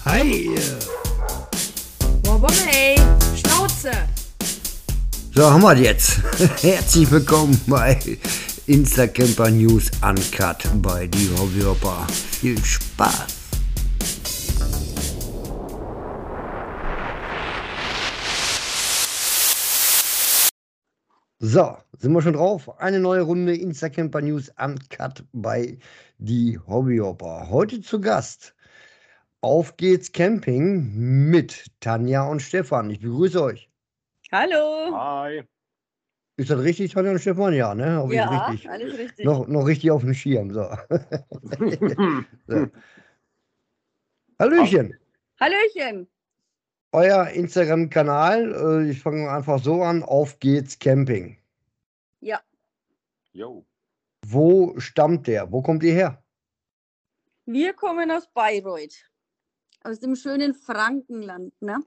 Hi! Wobei, Schnauze! So, haben wir jetzt. Herzlich willkommen bei Instacamper News Uncut bei die Hobbyhopper. Viel Spaß! So, sind wir schon drauf? Eine neue Runde Instacamper News Uncut bei die Hobbyhopper. Heute zu Gast. Auf geht's Camping mit Tanja und Stefan. Ich begrüße euch. Hallo! Hi. Ist das richtig, Tanja und Stefan? Ja, ne? Hab ich Ja, richtig. alles richtig. Noch richtig auf dem Schirm. So. So. Hallöchen. Hallöchen! Euer Instagram-Kanal, ich fange einfach so an, auf geht's Camping. Ja, Jo. Wo stammt der? Wo kommt ihr her? wir kommen aus Bayreuth. Aus dem schönen Frankenland, ne?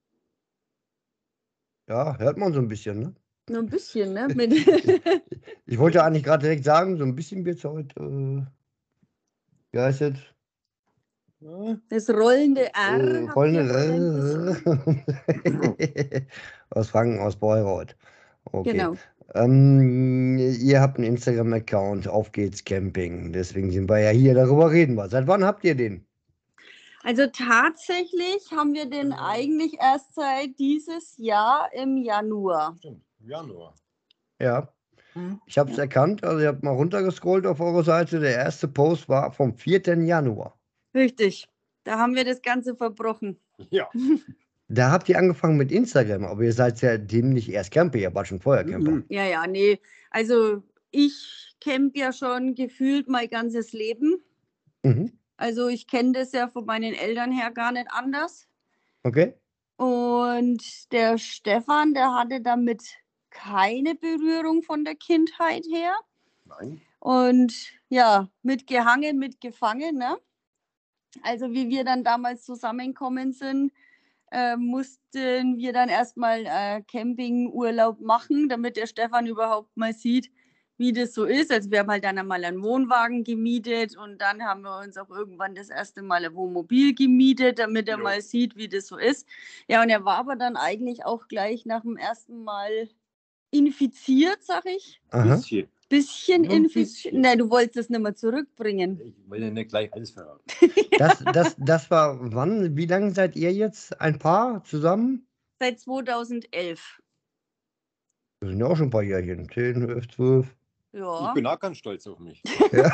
Ja, hört man so ein bisschen, ne? Nur ein bisschen, ne? Mit Ich wollte eigentlich gerade direkt sagen, so ein bisschen wird es heute, wie heißt es? das rollende R. habt ihr Aus Franken, aus Bayreuth. Okay. Genau. Ihr habt einen Instagram-Account, auf geht's Camping. Deswegen sind wir ja hier, darüber reden wir. Seit wann habt ihr den? Also tatsächlich haben wir den eigentlich erst seit dieses Jahr im Januar. Stimmt, im Januar. Ja, ich habe es erkannt. Also ihr habt mal runtergescrollt auf eurer Seite. Der erste Post war vom 4. Januar. Richtig. Da haben wir das Ganze verbrochen. Ja. Da habt ihr angefangen mit Instagram, aber ihr seid ja dem nicht erst Camper, ihr wart schon vorher Camper. Ja, nee. Also ich camp ja schon gefühlt mein ganzes Leben. Mhm. Also ich kenne das ja von meinen Eltern her gar nicht anders. Okay. Und der Stefan, der hatte damit keine Berührung von der Kindheit her. Nein. Und ja, mitgehangen, mitgefangen. Ne? Also wie wir dann damals zusammengekommen sind, mussten wir dann erstmal Campingurlaub machen, damit der Stefan überhaupt mal sieht, wie das so ist. Also wir haben halt dann einmal einen Wohnwagen gemietet und dann haben wir uns auch irgendwann das erste Mal ein Wohnmobil gemietet, damit er mal sieht, wie das so ist. Ja, und er war aber dann eigentlich auch gleich nach dem ersten Mal infiziert, sag ich. Aha. Bisschen Nur ein infiziert. bisschen. Nein, du wolltest es nicht mehr zurückbringen. Ich will ja nicht gleich alles verraten. Das war wann? Wie lange seid ihr jetzt ein Paar zusammen? Seit 2011. Das sind ja auch schon ein paar Jährchen. 10, 11, 12. Ja. Ich bin auch ganz stolz auf mich. Ja.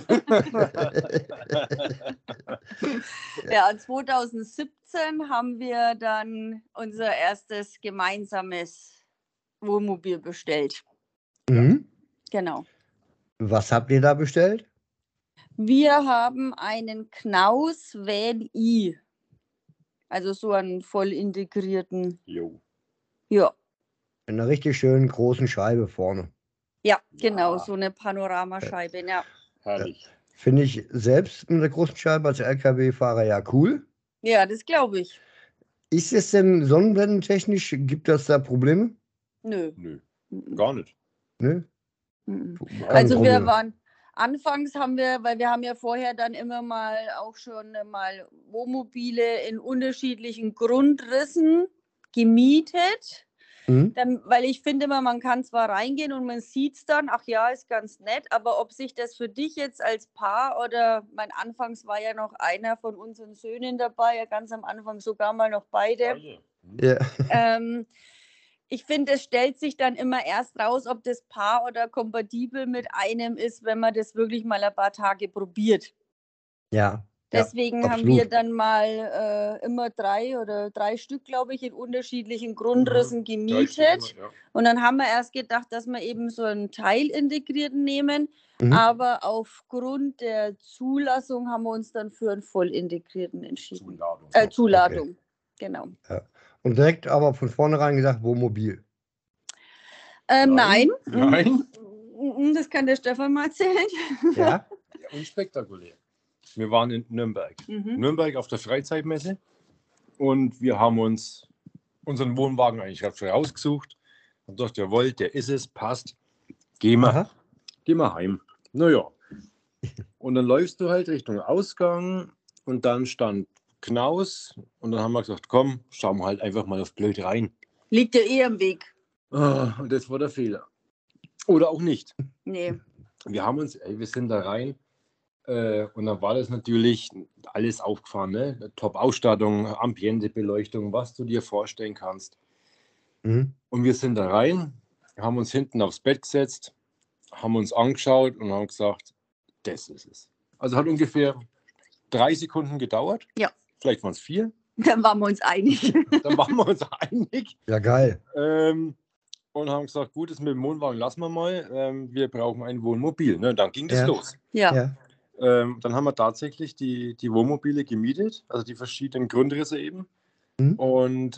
Ja, 2017 haben wir dann unser erstes gemeinsames Wohnmobil bestellt. Mhm. Genau. Was habt ihr da bestellt? Wir haben einen Knaus Van I. Also so einen voll integrierten. Jo. Ja. In einer richtig schönen großen Scheibe vorne. Ja, genau, Ja. so eine Panoramascheibe. Ja. Herrlich. Finde ich selbst mit der großen Scheibe als LKW-Fahrer ja cool. Ja, das glaube ich. Ist es denn sonnenblendentechnisch, gibt das da Probleme? Nö. Nö, Mhm. gar nicht. Ne? Mhm. Keine Also wir Probleme. waren, anfangs haben wir, weil wir haben ja vorher dann immer mal auch schon mal Wohnmobile in unterschiedlichen Grundrissen gemietet. Mhm. Dann, weil ich finde immer, man kann zwar reingehen und man sieht es dann, ach ja, ist ganz nett, aber ob sich das für dich jetzt als Paar oder anfangs war ja noch einer von unseren Söhnen dabei, ja ganz am Anfang sogar mal noch beide. Ja. Ich finde, es stellt sich dann immer erst raus, ob das Paar oder kompatibel mit einem ist, wenn man das wirklich mal ein paar Tage probiert. Ja. Deswegen haben absolut. wir dann mal immer drei Stück, glaube ich, in unterschiedlichen Grundrissen gemietet. Ja. Und dann haben wir erst gedacht, dass wir eben so einen teilintegrierten nehmen. Mhm. Aber aufgrund der Zulassung haben wir uns dann für einen vollintegrierten entschieden. Zuladung. Zuladung, genau. Und direkt aber von vornherein gesagt, Wohnmobil. Nein. Nein. Das kann der Stefan mal erzählen. Ja. Ja, unspektakulär. Wir waren in Nürnberg. Mhm. Nürnberg auf der Freizeitmesse und wir haben uns unseren Wohnwagen eigentlich gerade schon rausgesucht. Und dachte, jawohl, der ist es, passt. Geh mal heim. Naja. Und dann läufst du halt Richtung Ausgang und dann stand Knaus. Und dann haben wir gesagt, komm, schauen wir halt einfach mal auf blöd rein. Liegt ja eh am Weg. Und das war der Fehler. Oder auch nicht. Nee. Wir sind da rein. Und dann war das natürlich alles aufgefahren. Ne? Top-Ausstattung, Ambiente-Beleuchtung, was du dir vorstellen kannst. Mhm. Und wir sind da rein, haben uns hinten aufs Bett gesetzt, haben uns angeschaut und haben gesagt, das ist es. Also hat ungefähr 3 Sekunden gedauert. Ja. Vielleicht waren es 4. Dann waren wir uns einig. Dann waren wir uns einig. Ja, geil. Und haben gesagt, gut, das mit dem Wohnwagen lassen wir mal. Wir brauchen ein Wohnmobil. Ne? Und dann ging das Ja. los. Ja. Ja. Dann haben wir tatsächlich die Wohnmobile gemietet, also die verschiedenen Grundrisse eben. Mhm. Und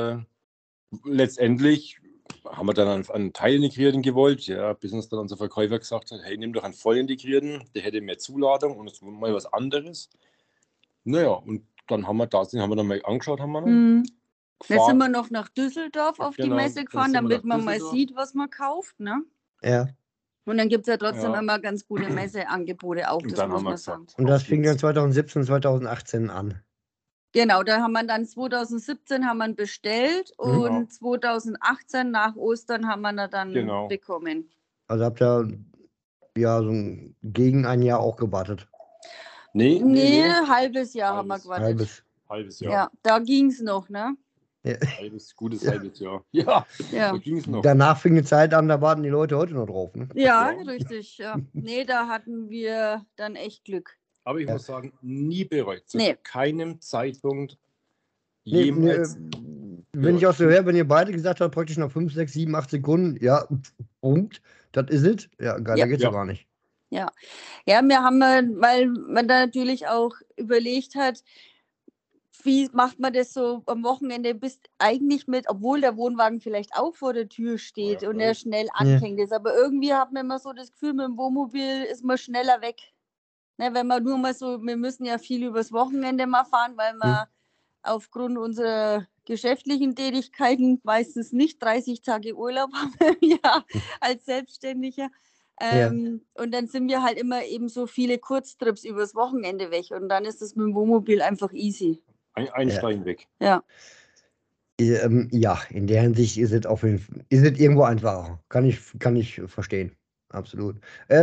letztendlich haben wir dann einen Teil integrierten gewollt, ja, bis uns dann unser Verkäufer gesagt hat, hey, nimm doch einen voll integrierten, der hätte mehr Zuladung und es war mal was anderes. Naja, und dann haben wir dann mal angeschaut, haben wir noch. Mhm. Dann Gefahren. sind wir noch nach Düsseldorf auf Genau, die Messe dann gefahren, sind wir damit nach man mal Düsseldorf. sieht, was man kauft. Ne? Ja. Und dann gibt es ja trotzdem Ja. immer ganz gute Messeangebote auch, Und das dann muss haben wir man gesagt, sagen. Und das auf fing dann geht's. 2017, 2018 an. Genau, da haben wir dann 2017 haben wir ihn bestellt und 2018 nach Ostern haben wir ihn dann Genau. bekommen. Also habt ihr ja so gegen ein Jahr auch gewartet. Nee, halbes Jahr haben wir gewartet. Halbes Jahr. Ja, da ging es noch, ne? Ja. Gutes Ja. halbes Jahr. Ja, Ja. da ging es noch. Danach fing eine Zeit an, da warten die Leute heute noch drauf. Ne? Ja, Ja. richtig. Ja. Nee, da hatten wir dann echt Glück. Aber ich Ja. muss sagen, nie bereut. Zu Nee. keinem Zeitpunkt Nee, jemals. wenn ich auch so höre, wenn ihr beide gesagt habt, praktisch nach 5, 6, 7, 8 Sekunden, ja, Punkt, das ist es. Ja, geiler Ja. geht's Ja. ja gar nicht. Ja, wir haben, weil man da natürlich auch überlegt hat, wie macht man das so am Wochenende, bis eigentlich mit, obwohl der Wohnwagen vielleicht auch vor der Tür steht Ja, und klar. er schnell anfängt ist. Aber irgendwie hat man immer so das Gefühl, mit dem Wohnmobil ist man schneller weg. Ne, wenn man nur mal so, wir müssen ja viel übers Wochenende mal fahren, weil wir aufgrund unserer geschäftlichen Tätigkeiten meistens nicht 30 Tage Urlaub haben im Jahr als Selbstständiger. Und dann sind wir halt immer eben so viele Kurztrips übers Wochenende weg und dann ist das mit dem Wohnmobil einfach easy. Einsteigen weg. Ja. Ja, in der Hinsicht ist es auf jeden Fall, ist es irgendwo einfacher. Kann ich verstehen. Absolut.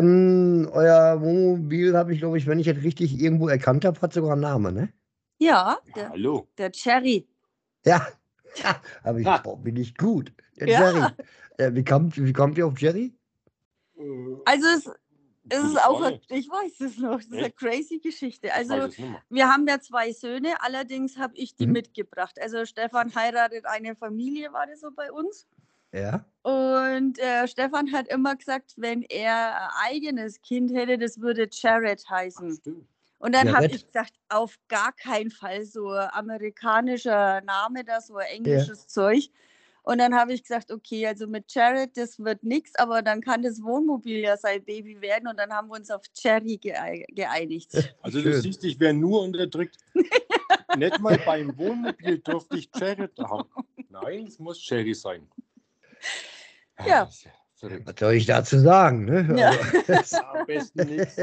Euer Wohnmobil habe ich, glaube ich, wenn ich es richtig irgendwo erkannt habe, hat sogar einen Namen, ne? Ja, Hallo. der Cherry. Ja, bin ich gut. Der Ja. Jerry. Wie kommt ihr auf Jerry? Also es ist Gute auch, Frage. ich weiß es noch, das ist eine Echt? crazy Geschichte. Ich weiß Also es nicht mehr. wir haben ja 2 Söhne, allerdings habe ich die Mhm. mitgebracht. Also Stefan heiratet eine Familie, war das so bei uns. Ja. Und Stefan hat immer gesagt, wenn er ein eigenes Kind hätte, das würde Jared heißen. Stimmt. Und dann habe Jared? ich gesagt, auf gar keinen Fall so ein amerikanischer Name, da so ein englisches Zeug. Und dann habe ich gesagt, okay, also mit Jared, das wird nichts, aber dann kann das Wohnmobil ja sein Baby werden. Und dann haben wir uns auf Cherry geeinigt. Also Schön. du siehst, ich wäre nur unterdrückt. Nicht mal beim Wohnmobil durfte ich Jared haben. Nein, es muss Cherry sein. Ja. Das ist ja verrückt. Was soll ich dazu sagen? Ne? Ja. Also, Am besten nichts.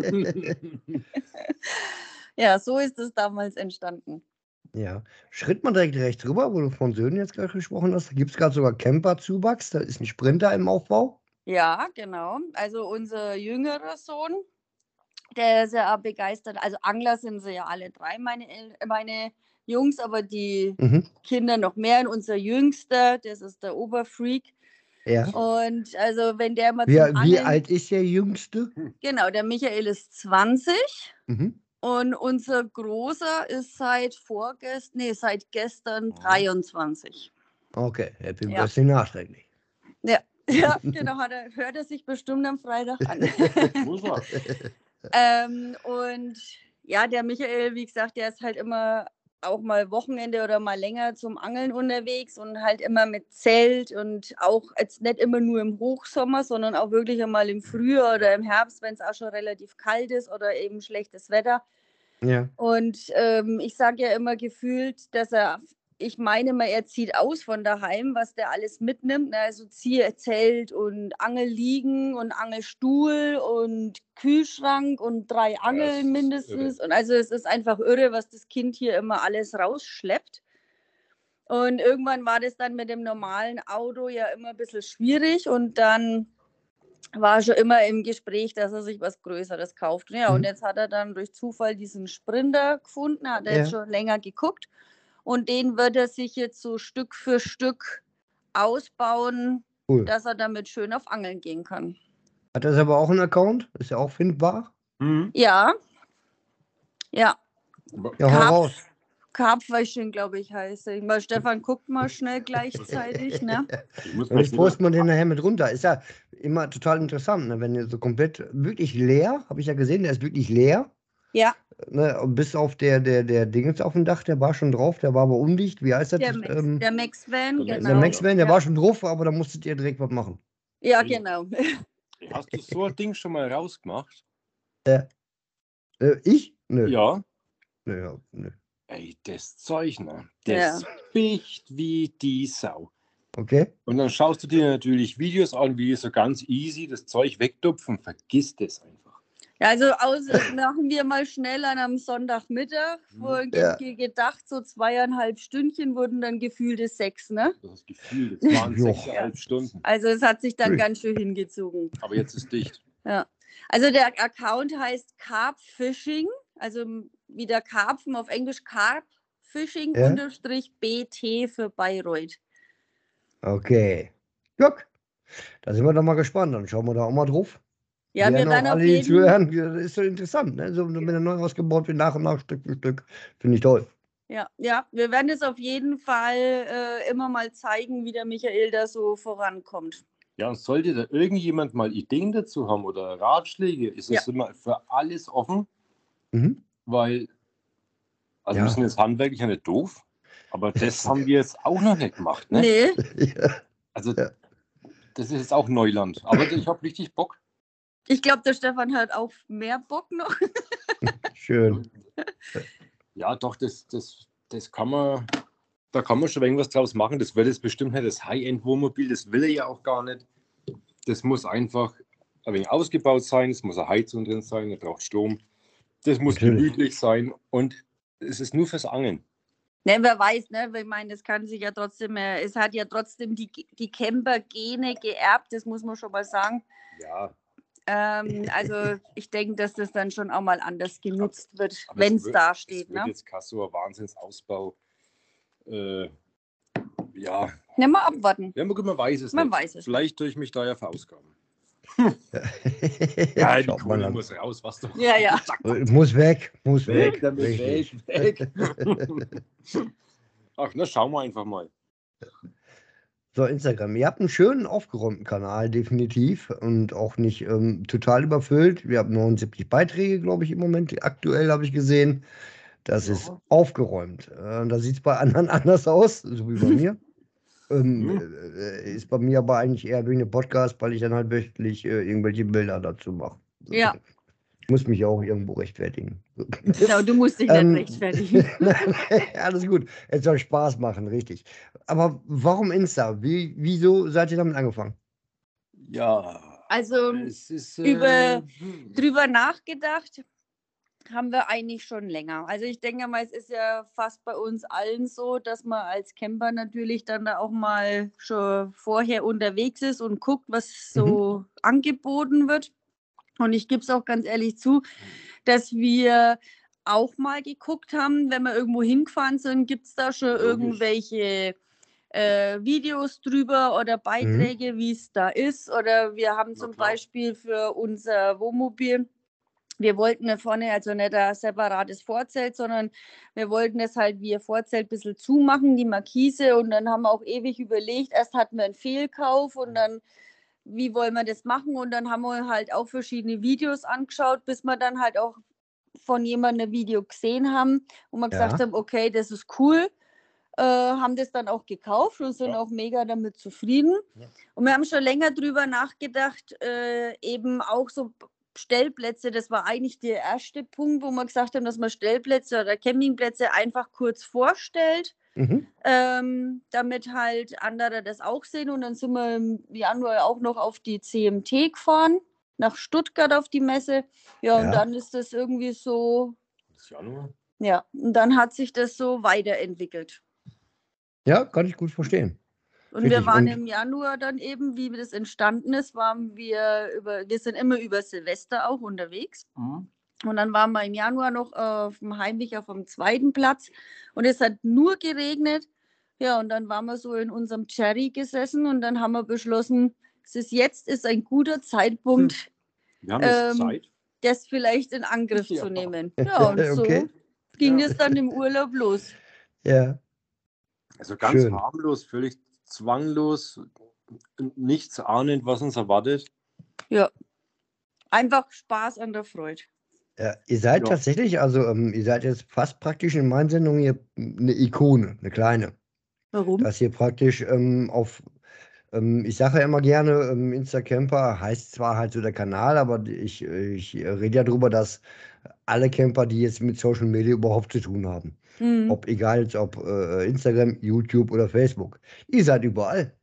Ja, so ist es damals entstanden. ja. Schritt mal direkt rechts rüber, wo du von Söhnen jetzt gerade gesprochen hast. Da gibt es gerade sogar Camper-Zuwachs. Da ist ein Sprinter im Aufbau. Ja, genau. Also unser jüngerer Sohn, der ist ja auch begeistert. Also Angler sind sie ja alle 3, meine Jungs, aber die Mhm. Kinder noch mehr. Und unser Jüngster, das ist der Oberfreak. Ja. Und also wenn der mal Wie zum Angeln... alt ist der Jüngste? Genau, der Michael ist 20 Mhm. und unser Großer ist seit gestern 23. Okay, Happy Ja. Birthday nachträglich. Ja, genau, hört er sich bestimmt am Freitag an. Muss man. Und ja, der Michael, wie gesagt, der ist halt immer auch mal Wochenende oder mal länger zum Angeln unterwegs und halt immer mit Zelt und auch jetzt nicht immer nur im Hochsommer, sondern auch wirklich einmal im Frühjahr oder im Herbst, wenn es auch schon relativ kalt ist oder eben schlechtes Wetter. Ja. Und ich sage ja immer gefühlt, dass er ich meine mal, er zieht aus von daheim, was der alles mitnimmt. Ne? Also Zelt und Angelliegen und Angelstuhl und Kühlschrank und 3 Angeln mindestens. Und also es ist einfach irre, was das Kind hier immer alles rausschleppt. Und irgendwann war das dann mit dem normalen Auto ja immer ein bisschen schwierig und dann war schon immer im Gespräch, dass er sich was Größeres kauft. Ja, und jetzt hat er dann durch Zufall diesen Sprinter gefunden, hat er jetzt schon länger geguckt und den wird er sich jetzt so Stück für Stück ausbauen, dass er damit schön auf Angeln gehen kann. Hat er aber auch einen Account? Ist er auch findbar? Ja. Ja. Ja, hau raus. Karpfischen, glaube ich, heißt er. Mal Stefan guckt mal schnell gleichzeitig, ne? Ich poste man den nachher mit runter. Ist ja immer total interessant, ne? Wenn ihr so komplett, wirklich leer, habe ich ja gesehen, der ist wirklich leer. Ja. Ne? Bis auf der Dingens auf dem Dach, der war schon drauf, der war aber undicht. Wie heißt das? Der Max-Van, genau. Der Max-Van, der war schon drauf, aber da musstet ihr direkt was machen. Ja, genau. Hast du so ein Ding schon mal rausgemacht? Ich? Nö. Ja. Nö. Ey, das Zeug, ne? Das riecht wie die Sau. Okay. Und dann schaust du dir natürlich Videos an, wie so ganz easy das Zeug wegtupfen. Vergiss das einfach. Ja, also machen wir mal schnell an einem Sonntagmittag. Gedacht, so 2,5 Stündchen wurden dann gefühlte 6, ne? Das Gefühl, das waren 6,5 Stunden. Also es hat sich dann ganz schön hingezogen. Aber jetzt ist dicht. Ja. Also der Account heißt Carp Fishing, also wie der Karpfen auf Englisch Carp Fishing _BT für Bayreuth. Okay. Guck. Da sind wir doch mal gespannt. Dann schauen wir da auch mal drauf. Ja, wir werden alle die zuhören. Das ist so interessant, ne? So, wenn er neu ausgebaut wird, nach und nach, Stück für Stück. Finde ich toll. Ja, wir werden es auf jeden Fall immer mal zeigen, wie der Michael da so vorankommt. Ja, und sollte da irgendjemand mal Ideen dazu haben oder Ratschläge, ist es immer für alles offen. Weil, wir sind jetzt handwerklich ja nicht doof, aber das haben wir jetzt auch noch nicht gemacht. Ne? Nee. Also, das ist jetzt auch Neuland. Aber ich habe richtig Bock. Ich glaube, der Stefan hat auch mehr Bock noch. Schön. Ja, doch, das kann man, da kann man schon irgendwas draus machen. Das wird jetzt bestimmt nicht das High-End-Wohnmobil, das will er ja auch gar nicht. Das muss einfach ein wenig ausgebaut sein, es muss eine Heizung drin sein, er braucht Strom. Das muss gemütlich sein und es ist nur fürs Angeln. Ne, wer weiß, ne? Ich meine, es kann sich ja trotzdem, es hat ja trotzdem die Camper-Gene geerbt, das muss man schon mal sagen. Ja. Also ich denke, dass das dann schon auch mal anders genutzt wird, wenn es da steht. Es wird jetzt kein so ein Wahnsinnsausbau. Ja. Ne, mal abwarten. Ja, man weiß es nicht. Vielleicht tue ich mich da ja verausgaben. Ja, die Kohle muss raus, was doch. Ja. Muss weg. Weg. Ach, na, schauen wir einfach mal. So, Instagram. Ihr habt einen schönen, aufgeräumten Kanal, definitiv. Und auch nicht total überfüllt. Wir haben 79 Beiträge, glaube ich, im Moment. Aktuell habe ich gesehen. Das ist aufgeräumt. Da sieht es bei anderen anders aus, so wie bei mir. Ist bei mir aber eigentlich eher wie eine Podcast, weil ich dann halt wöchentlich irgendwelche Bilder dazu mache. Ja. Ich muss mich ja auch irgendwo rechtfertigen. Genau, du musst dich nicht rechtfertigen. Alles gut. Es soll Spaß machen, richtig. Aber warum Insta? Wieso seid ihr damit angefangen? Ja. Also es ist, drüber nachgedacht haben wir eigentlich schon länger. Also ich denke mal, es ist ja fast bei uns allen so, dass man als Camper natürlich dann da auch mal schon vorher unterwegs ist und guckt, was so angeboten wird. Und ich gebe es auch ganz ehrlich zu, dass wir auch mal geguckt haben, wenn wir irgendwo hingefahren sind, gibt es da schon irgendwelche Videos drüber oder Beiträge, wie es da ist. Oder wir haben zum Beispiel für unser Wohnmobil, wir wollten da vorne also nicht ein separates Vorzelt, sondern wir wollten es halt wie ein Vorzelt ein bisschen zumachen, die Markise. Und dann haben wir auch ewig überlegt. Erst hatten wir einen Fehlkauf und dann, wie wollen wir das machen? Und dann haben wir halt auch verschiedene Videos angeschaut, bis wir dann halt auch von jemandem ein Video gesehen haben, wo wir gesagt haben, okay, das ist cool. Haben das dann auch gekauft und sind auch mega damit zufrieden. Ja. Und wir haben schon länger drüber nachgedacht, eben auch so Stellplätze, das war eigentlich der erste Punkt, wo wir gesagt haben, dass man Stellplätze oder Campingplätze einfach kurz vorstellt Mhm. damit halt andere das auch sehen. Und dann sind wir im Januar auch noch auf die CMT gefahren, nach Stuttgart auf die Messe. Ja, und Ja. dann ist das irgendwie so, Das Januar. ja, und dann hat sich das so weiterentwickelt. Ja, kann ich gut verstehen. Und wir Richtig. waren Und im Januar dann eben, wie das entstanden ist, wir sind immer über Silvester auch unterwegs. Mhm. Und dann waren wir im Januar noch auf dem Heimweg auf dem zweiten Platz und es hat nur geregnet. Ja, und dann waren wir so in unserem Cherry gesessen und dann haben wir beschlossen, jetzt ist ein guter Zeitpunkt, Wir haben jetzt Ähm, Zeit. das vielleicht in Angriff Ja. zu nehmen. Ja, und so okay. ging Ja. es dann im Urlaub los. Ja. Also ganz Schön. harmlos, völlig zwanglos, nichts ahnend, was uns erwartet. Ja, einfach Spaß an der Freude. Ja, ihr seid Ja. tatsächlich, also ihr seid jetzt fast praktisch in meinen Sendungen hier eine Ikone, eine kleine. Warum? Dass ihr praktisch ich sage ja immer gerne, Instacamper heißt zwar halt so der Kanal, aber ich rede ja darüber, dass alle Camper, die jetzt mit Social Media überhaupt zu tun haben, Mhm. ob egal jetzt ob Instagram, YouTube oder Facebook, ihr seid überall.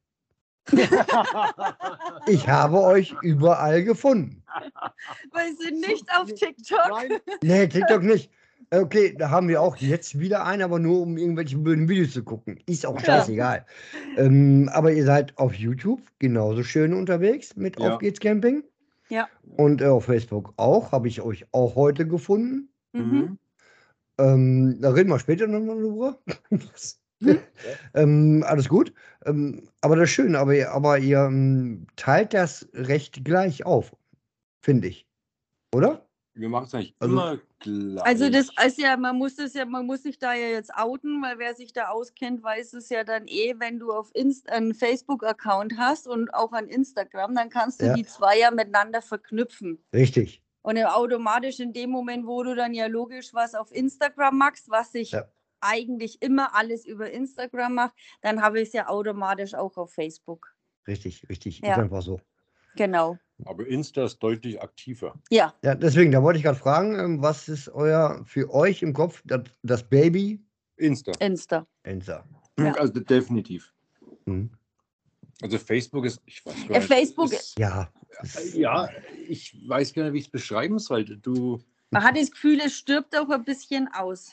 Ich habe euch überall gefunden. Wir sind nicht auf TikTok. Nein. Nee, TikTok nicht. Okay, da haben wir auch jetzt wieder einen, aber nur um irgendwelche blöden Videos zu gucken. Ist auch Ja. scheißegal. Aber ihr seid auf YouTube genauso schön unterwegs mit Ja. Auf geht's Camping. Ja. Und auf Facebook auch. Habe ich euch auch heute gefunden. Mhm. Da reden wir später nochmal drüber. Alles gut. Aber das ist schön, aber ihr teilt das recht gleich auf, finde ich. Oder? Wir machen es eigentlich Also- immer gleich. Also das ist ja, man muss sich da ja jetzt outen, weil wer sich da auskennt, weiß es ja dann wenn du auf einen Facebook-Account hast und auch an Instagram, dann kannst du Ja. die zwei ja miteinander verknüpfen. Richtig. Und automatisch in dem Moment, wo du dann ja logisch was auf Instagram machst, was ich Ja. eigentlich immer alles über Instagram mache, dann habe ich es ja automatisch auch auf Facebook. Richtig. Ja. Ist einfach so. Genau. Aber Insta ist deutlich aktiver. Ja. Ja, deswegen, da wollte ich gerade fragen, was ist für euch im Kopf das Baby? Insta. Insta. Insta. Ja. Also definitiv. Mhm. Also Facebook ist, ich weiß gar nicht. Facebook- Ja. Ja, ich weiß gar nicht, wie ich es beschreiben sollte. Man hat das Gefühl, es stirbt auch ein bisschen aus.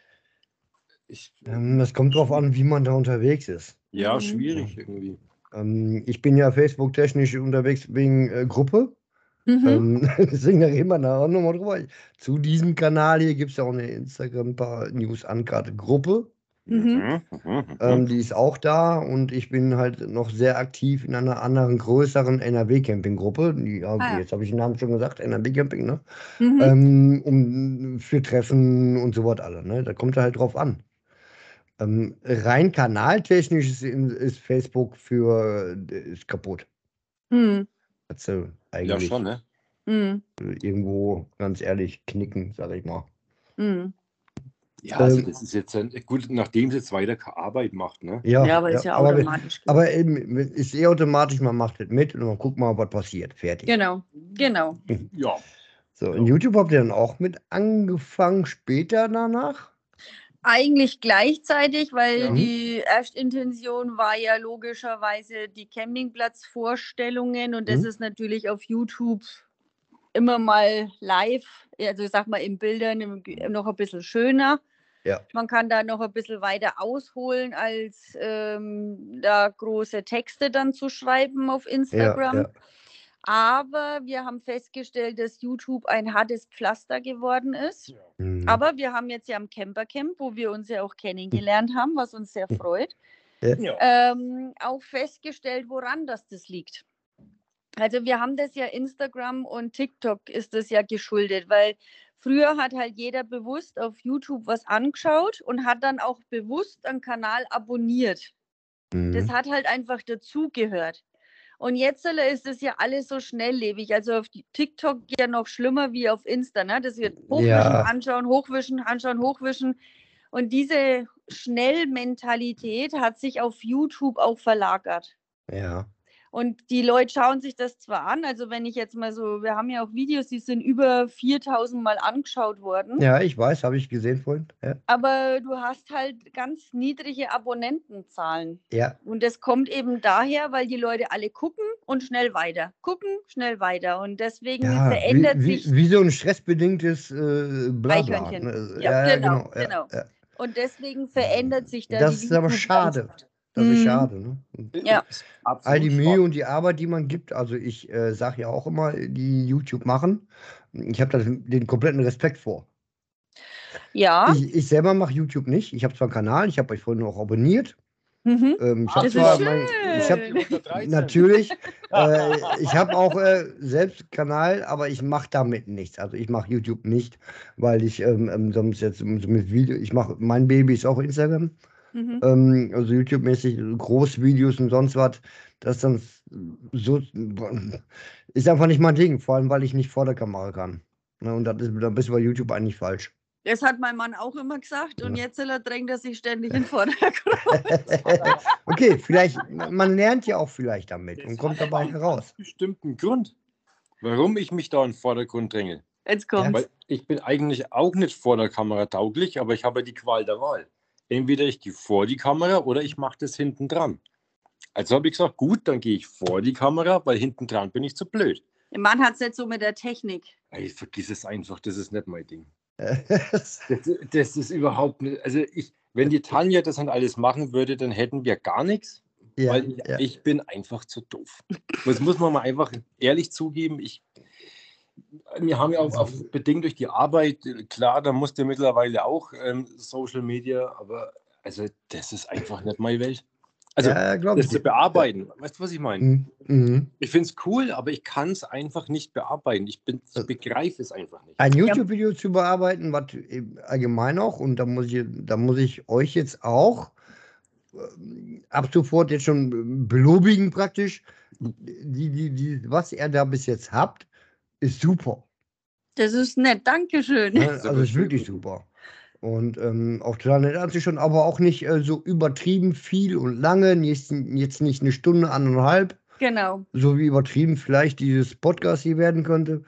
Es kommt drauf an, wie man da unterwegs ist. Ja, Mhm. schwierig irgendwie. Ich bin ja Facebook-technisch unterwegs wegen Gruppe. Mhm. Deswegen da reden wir da auch nochmal drüber. Zu diesem Kanal hier gibt es ja auch eine Instagram-News-Uncard-Gruppe. Mhm. Die ist auch da und ich bin halt noch sehr aktiv in einer anderen, größeren NRW-Camping-Gruppe. ja. Jetzt habe ich den Namen schon gesagt, NRW-Camping, ne? Mhm. Für Treffen und so was alle, ne? Da kommt halt drauf an. Rein kanaltechnisch ist Facebook ist kaputt. Mhm. Kannst du Ja, eigentlich schon, ne? Mhm. irgendwo, ganz ehrlich, knicken, sag ich mal. Mhm. Ja, also das ist jetzt gut, nachdem es jetzt weiter keine Arbeit macht, ne? Ja, aber ist ja aber automatisch. aber eben, ist automatisch, man macht das mit und man guckt mal, was passiert. Fertig. Genau. Ja. So, in YouTube habt ihr dann auch mit angefangen, später danach? Eigentlich gleichzeitig, weil Ja. die Erstintention war ja logischerweise die Campingplatzvorstellungen und das ist natürlich auf YouTube immer mal live, also ich sag mal in Bildern noch ein bisschen schöner. Ja. Man kann da noch ein bisschen weiter ausholen, als da große Texte dann zu schreiben auf Instagram. Ja. Aber wir haben festgestellt, dass YouTube ein hartes Pflaster geworden ist. Mhm. Aber wir haben jetzt ja am Campercamp, wo wir uns ja auch kennengelernt haben, was uns sehr freut, Ja. auch festgestellt, woran das liegt. Also wir haben das ja Instagram und TikTok ist das ja geschuldet, weil früher hat halt jeder bewusst auf YouTube was angeschaut und hat dann auch bewusst einen Kanal abonniert. Das hat halt einfach dazugehört. Und jetzt ist es ja alles so schnelllebig. Also auf TikTok ja noch schlimmer wie auf Insta. Ne? Das wird hochwischen, anschauen, hochwischen, anschauen, hochwischen. Und diese Schnellmentalität hat sich auf YouTube auch verlagert. Ja. Und die Leute schauen sich das zwar an, also wenn ich jetzt mal so, wir haben ja auch Videos, die sind über 4000 Mal angeschaut worden, Ja, ich weiß, habe ich gesehen vorhin. Ja. aber du hast halt ganz niedrige Abonnentenzahlen. Ja. Und das kommt eben daher, weil die Leute alle gucken und schnell weiter. Gucken, schnell weiter. Und deswegen Ja, verändert sich wie so ein stressbedingtes Blabla. Eichhörnchen. Ne? Ja, genau. Ja. Und deswegen verändert sich da Das die ist aber schade. YouTube-Landschaft. Das ist schade. Ne? Ja. Ist absolut All die Mühe schade. und die Arbeit, die man gibt, also ich sage ja auch immer, die YouTube machen, ich habe da den kompletten Respekt vor. Ja. Ich selber mache YouTube nicht. Ich habe zwar einen Kanal, ich habe euch vorhin auch abonniert. Mhm. Ich habe Das zwar ist ich habe schön. Unter 13. natürlich, ich habe auch selbst einen Kanal, aber ich mache damit nichts. Also ich mache YouTube nicht, weil ich sonst jetzt so mit Video, ich mache, mein Baby ist auch Instagram. Mhm. Also YouTube-mäßig Großvideos und sonst was, das dann so ist einfach nicht mein Ding, vor allem weil ich nicht vor der Kamera kann. Ne, und da bist du bei YouTube eigentlich falsch. Das hat mein Mann auch immer gesagt und Ja. jetzt drängt er sich ständig in den Vordergrund. Okay, vielleicht, man lernt ja auch vielleicht damit und Das kommt hat dabei einen heraus. ganz bestimmten Grund, warum ich mich da in den Vordergrund dränge. Jetzt kommt's. Weil ich bin eigentlich auch nicht vor der Kamera tauglich, aber ich habe die Qual der Wahl. Entweder ich gehe vor die Kamera oder ich mache das hinten dran. Also habe ich gesagt, gut, dann gehe ich vor die Kamera, weil hinten dran bin ich zu blöd. Der Mann hat es nicht so mit der Technik. Ey, vergiss es einfach, das ist nicht mein Ding. Das Das ist überhaupt nicht. Also wenn die Tanja das dann alles machen würde, dann hätten wir gar nichts, Ja, weil ja. ich bin einfach zu doof. Das muss man mal einfach ehrlich zugeben. Wir haben ja auch bedingt durch die Arbeit, klar, da musst du mittlerweile auch Social Media, aber also das ist einfach nicht meine Welt. Also Ja, glaube ich das zu dir. bearbeiten, weißt du, was ich meine? Mhm. Ich finde es cool, aber ich kann es einfach nicht bearbeiten. Ich begreife es einfach nicht. Ein YouTube-Video zu bearbeiten, was allgemein auch, und da muss ich euch jetzt auch ab sofort jetzt schon belobigen praktisch, was ihr da bis jetzt habt, ist super. Das ist nett, Dankeschön. Ne? Also ist wirklich super. Und auch total nett anzuschauen, aber auch nicht so übertrieben viel und lange, jetzt nicht eine Stunde, 1,5, Genau. so wie übertrieben vielleicht dieses Podcast hier werden könnte.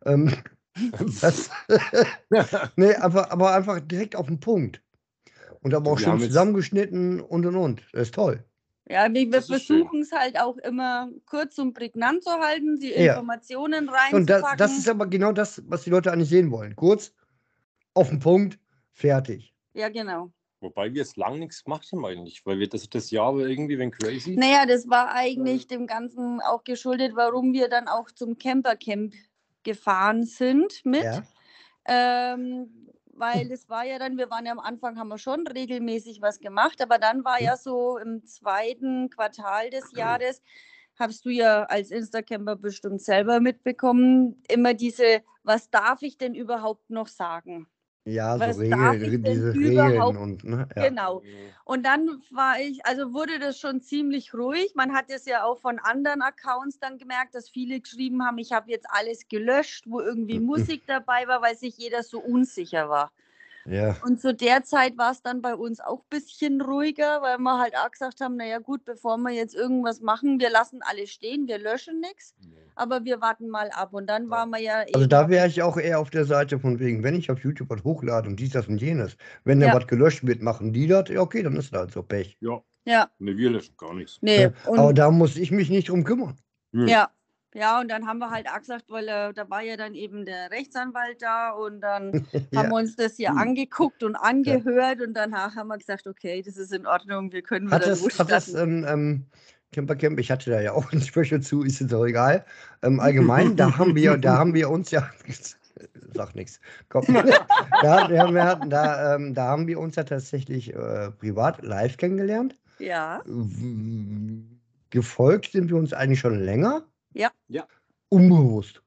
Nee, aber einfach direkt auf den Punkt. Und aber auch Wir schön haben jetzt- zusammengeschnitten und. Das ist toll. Ja, wir Das ist schön. versuchen es halt auch immer kurz und prägnant zu halten, die Ja. Informationen Und reinzupacken. das ist aber genau das, was die Leute eigentlich sehen wollen. Kurz, auf den Punkt, fertig. Ja, genau. Wobei wir jetzt lang nichts gemacht haben eigentlich, weil wir das Jahr war irgendwie wenn crazy. Naja, das war eigentlich dem Ganzen auch geschuldet, warum wir dann auch zum Campercamp gefahren sind mit. Ja. Weil es war ja dann, wir waren ja am Anfang, haben wir schon regelmäßig was gemacht, aber dann war ja so im zweiten Quartal des Jahres, hast du ja als Instacamper bestimmt selber mitbekommen, immer diese, was darf ich denn überhaupt noch sagen? Ja, so Was darf ich Regeln, denn diese überhaupt- Regeln und, ne? Ja. Genau. Und dann wurde das schon ziemlich ruhig. Man hat es ja auch von anderen Accounts dann gemerkt, dass viele geschrieben haben, ich habe jetzt alles gelöscht, wo irgendwie Musik dabei war, weil sich jeder so unsicher war. Ja. Und zu der Zeit war es dann bei uns auch ein bisschen ruhiger, weil wir halt auch gesagt haben, naja gut, bevor wir jetzt irgendwas machen, wir lassen alles stehen, wir löschen nichts, aber wir warten mal ab. Und dann waren wir ja Also eben... da wäre ich auch eher auf der Seite von wegen, wenn ich auf YouTube was hochlade und dies, das und jenes, wenn da Ja. was gelöscht wird, machen die das, ja, okay, dann ist das halt so Pech. Ja, Ja, ne, wir löschen gar nichts. nee. Aber Und, da muss ich mich nicht drum kümmern. ja. Ja, und dann haben wir halt auch gesagt, weil da war ja dann eben der Rechtsanwalt da und dann haben wir uns das hier angeguckt und angehört und danach haben wir gesagt, okay, das ist in Ordnung, wir können Hat wieder das Campercamp, ich hatte da ja auch ein Special zu, ist jetzt auch egal. Allgemein, da haben wir uns ja, sag nichts, komm, da haben wir uns ja tatsächlich privat live kennengelernt. Ja, Gefolgt sind wir uns eigentlich schon länger. Ja. Ja. Unbewusst.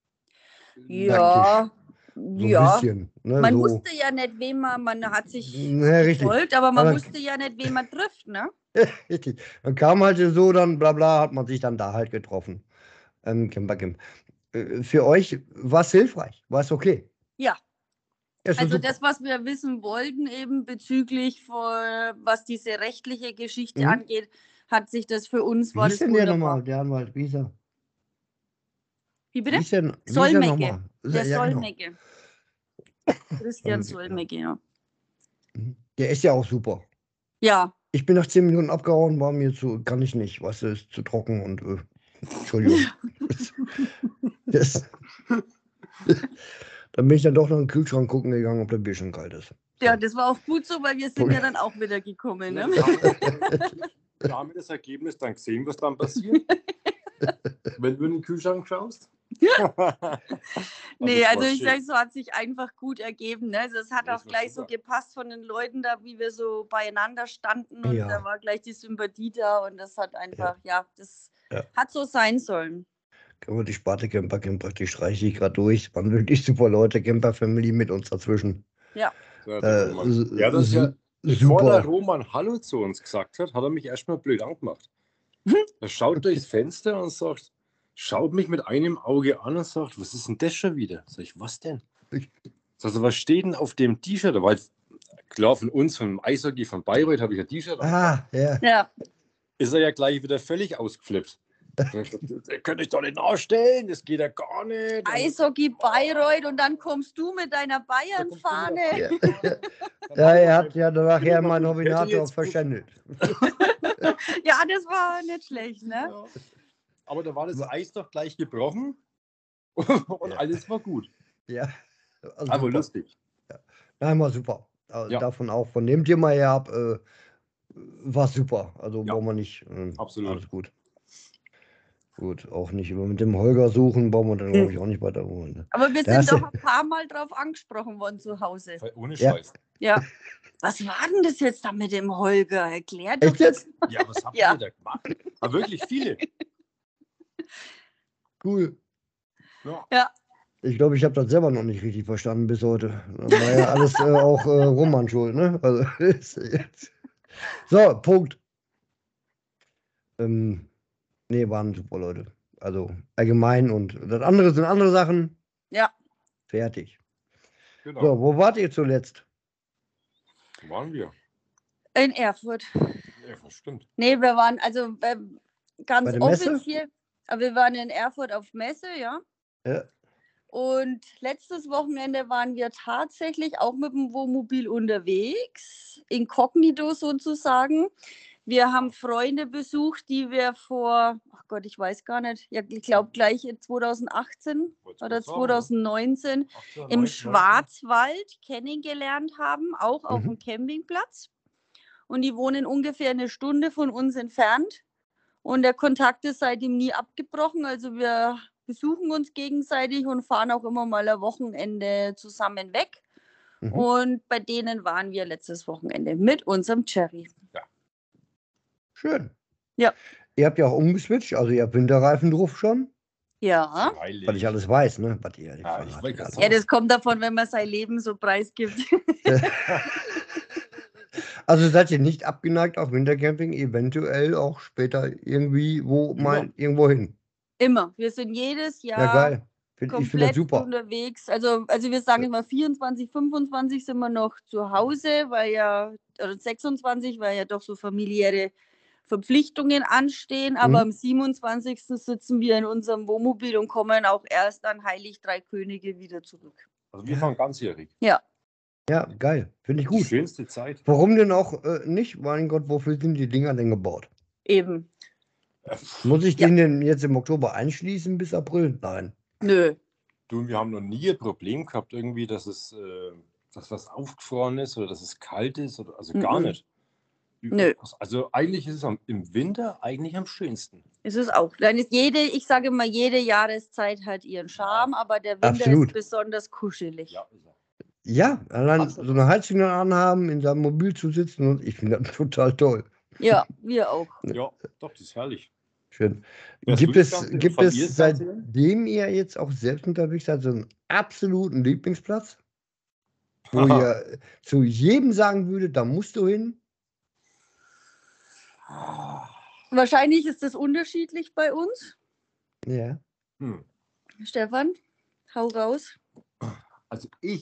ja, So ein ja. bisschen. Ne, Man so. wusste ja nicht, wem man hat sich Ne, richtig. gefolgt, aber man Aber- wusste ja nicht, wen man trifft, ne? Richtig. Dann kam halt so, dann bla bla, hat man sich dann da halt getroffen. Campercamp. Für euch war es hilfreich, war es okay? Ja. Ja, ist doch Also super. das, was wir wissen wollten, eben bezüglich was diese rechtliche Geschichte Mhm. angeht, hat sich das für uns, Wie war hieß das denn der wunderbar. nochmal, der Anwalt? Wie hieß er? Wie Wie bitte? hieß der Solmecke. nochmal? Der Ja, genau. Solmecke. Christian Solmecke, Solmecke, ja. Mhm. Der ist ja auch super. Ja, Ich bin nach 10 Minuten abgehauen, war mir kann ich nicht, weißt du, ist zu trocken und Entschuldigung. Das, dann bin ich dann doch noch in den Kühlschrank gucken gegangen, ob der Bier schon kalt ist. ja, das war auch gut so, weil wir sind ja dann auch wieder gekommen. Ja, Ne? wir haben das Ergebnis dann gesehen, was dann passiert. Wenn du in den Kühlschrank schaust. Nee, das also war ich schön. sage, so hat sich einfach gut ergeben. Ne? Also es hat Das auch war gleich so super. gepasst von den Leuten da, wie wir so beieinander standen und Ja. da war gleich die Sympathie da und das hat einfach, das Ja. hat so sein sollen. Können wir die Sparte Camper Camp praktisch streiche ich gerade durch. Es waren wirklich super Leute, Camper Family mit uns dazwischen. Ja, der Roman. Ja, das ist ja, bevor der Roman Hallo zu uns gesagt hat, hat er mich erstmal blöd angemacht. Er schaut durchs Fenster und sagt, schaut mich mit einem Auge an und sagt, was ist denn das schon wieder? Sag ich, was denn? Sag ich, was steht denn auf dem T-Shirt? Da war jetzt klar von uns, vom Eishockey von Bayreuth, habe ich ein T-Shirt an. Ah, ja. Ja, Ist er ja gleich wieder völlig ausgeflippt. Ihr könnt euch doch nicht nachstellen, das geht ja gar nicht. Eishockey Bayreuth und dann kommst du mit deiner Bayern-Fahne. Ja, er hat ja nachher meinen Hobinator verschändelt. Ja, das war nicht schlecht, ne? Ja. Aber da war das Eis doch gleich gebrochen und alles war gut. Ja. Also Aber super. lustig. Nein, war super. Also Ja. davon auch, von dem Thema her ab, war super. Also Ja. brauchen wir nicht. Absolut. Alles gut. Gut, auch nicht. Aber mit dem Holger suchen, brauchen wir dann, glaube ich, auch nicht weiter holen. Ne? Aber wir Da sind hast du- doch ein paar Mal drauf angesprochen worden zu Hause. Ohne Ja. Scheiß. Ja. Was war denn das jetzt da mit dem Holger? Erklär doch Echt jetzt? Ja, was habt Ja. ihr da gemacht? Aber wirklich viele. Cool. Ja. Ich glaube, ich habe das selber noch nicht richtig verstanden bis heute. Da war ja alles auch Roman schuld, ne? Also, so, Punkt. Nee, waren super Leute. Also allgemein und das andere sind andere Sachen. Ja. Fertig. Genau. So, wo wart ihr zuletzt? Wo waren wir? In Erfurt. Ja, das stimmt. Nee, wir waren also ganz Bei der Messe? offiziell. Aber wir waren in Erfurt auf Messe, ja. Ja. Und letztes Wochenende waren wir tatsächlich auch mit dem Wohnmobil unterwegs, inkognito sozusagen. Wir haben Freunde besucht, die wir vor, ach Gott, ich weiß gar nicht, ja, ich glaube gleich 2018 oder 2019 im Schwarzwald kennengelernt haben, auch auf dem Campingplatz. Und die wohnen ungefähr eine Stunde von uns entfernt. Und der Kontakt ist seitdem nie abgebrochen. Also wir besuchen uns gegenseitig und fahren auch immer mal ein Wochenende zusammen weg. Und bei denen waren wir letztes Wochenende mit unserem Cherry. Ja. Schön. Ja. Ihr habt ja auch umgeswitcht, also ihr habt Winterreifen drauf schon. Ja. Freilich. Weil ich alles weiß, ne? Was ihr Ja, ich wollte gerade Ja, sagen. das kommt davon, wenn man sein Leben so preisgibt. Also seid ihr nicht abgeneigt auf Wintercamping, eventuell auch später irgendwie mal irgendwo hin? Immer. Wir sind jedes Ja, Jahr geil. Ich finde das komplett super. unterwegs. Also wir sagen immer 24, 25 sind wir noch zu Hause, oder 26, weil ja doch so familiäre Verpflichtungen anstehen. Aber am 27. sitzen wir in unserem Wohnmobil und kommen auch erst an Heilig Drei Könige wieder zurück. Also wir fahren ganzjährig. Ja. Ja, geil. Finde ich Die gut. schönste Zeit. Warum denn auch nicht? Mein Gott, wofür sind die Dinger denn gebaut? Eben. Muss ich den denn jetzt im Oktober einschließen bis April? Nein. Nö. Du, wir haben noch nie ein Problem gehabt, irgendwie, dass was aufgefroren ist oder dass es kalt ist. Also gar nicht. Nö. Also eigentlich ist es im Winter eigentlich am schönsten. Es ist auch. Dann ist ich sage immer, jede Jahreszeit hat ihren Charme, aber der Winter Absolut. ist besonders kuschelig. Ja, ist er. Ja, allein Absolut. so eine Heizung anhaben, in seinem Mobil zu sitzen und ich finde das total toll. Ja, wir auch. Ja, doch, das ist herrlich. Schön. Was Gibt willst es, du gibt von es ihr seitdem ihr jetzt auch selbst unterwegs seid, so einen absoluten Lieblingsplatz? Wo ihr zu jedem sagen würdet, da musst du hin? Wahrscheinlich ist das unterschiedlich bei uns. Ja. Stefan, hau raus. Also ich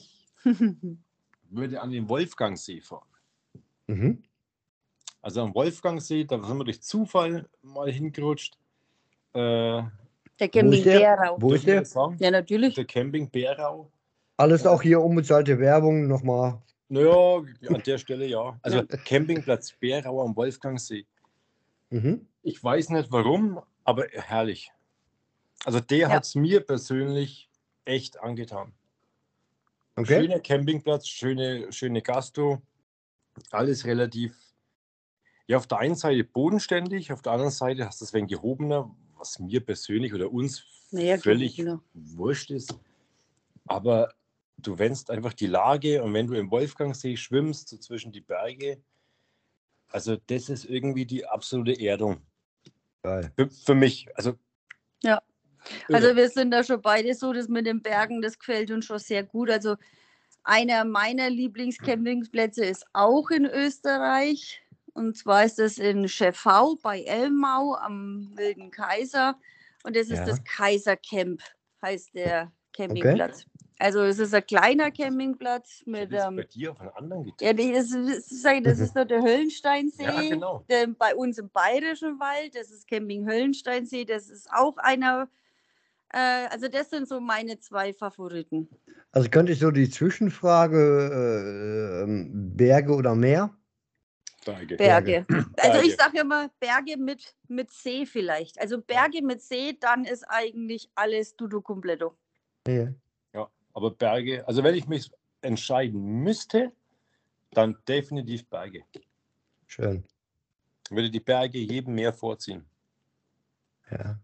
würde an den Wolfgangsee fahren. Mhm. Also am Wolfgangsee, da sind wir durch Zufall mal hingerutscht. Der Wo Camping ist der? Bärau. Wo ist Dürfen wir der? das sagen? Ja, natürlich. Der Camping Bärau. Alles auch hier unbezahlte Werbung nochmal. Naja, an der Stelle ja. Also Ja. Campingplatz Bärau am Wolfgangsee. Mhm. Ich weiß nicht warum, aber herrlich. Also der Ja. hat es mir persönlich echt angetan. Okay. Schöner Campingplatz, schöne Gastro, alles relativ, ja, auf der einen Seite bodenständig, auf der anderen Seite hast du es ein wenig gehobener, was mir persönlich oder uns Naja, völlig gehobener. wurscht ist. Aber du wennst einfach die Lage und wenn du im Wolfgangsee schwimmst, so zwischen die Berge, also das ist irgendwie die absolute Erdung. Geil. Für mich, also Ja. irre. Also wir sind da schon beide so, das mit den Bergen, das gefällt uns schon sehr gut. Also einer meiner Lieblingscampingplätze ist auch in Österreich. Und zwar ist das in Schäffau bei Elmau am Wilden Kaiser. Und das ist Ja. das Kaisercamp, heißt der Campingplatz. Also es ist ein kleiner Campingplatz Ich mit... hätte jetzt bei dir auf einen anderen gedacht. Ja, das ist doch der Höllensteinsee, Ja, genau. bei uns im Bayerischen Wald. Das ist Camping Höllensteinsee. Das ist auch einer, also das sind so meine zwei Favoriten. Also könnte ich so die Zwischenfrage Berge oder Meer? Berge. Berge. Also Berge. ich sage immer Berge mit See vielleicht. Also Berge mit See, dann ist eigentlich alles tutto completo. Ja. Ja, aber Berge, also wenn ich mich entscheiden müsste, dann definitiv Berge. Schön. Würde die Berge jedem mehr vorziehen. Ja.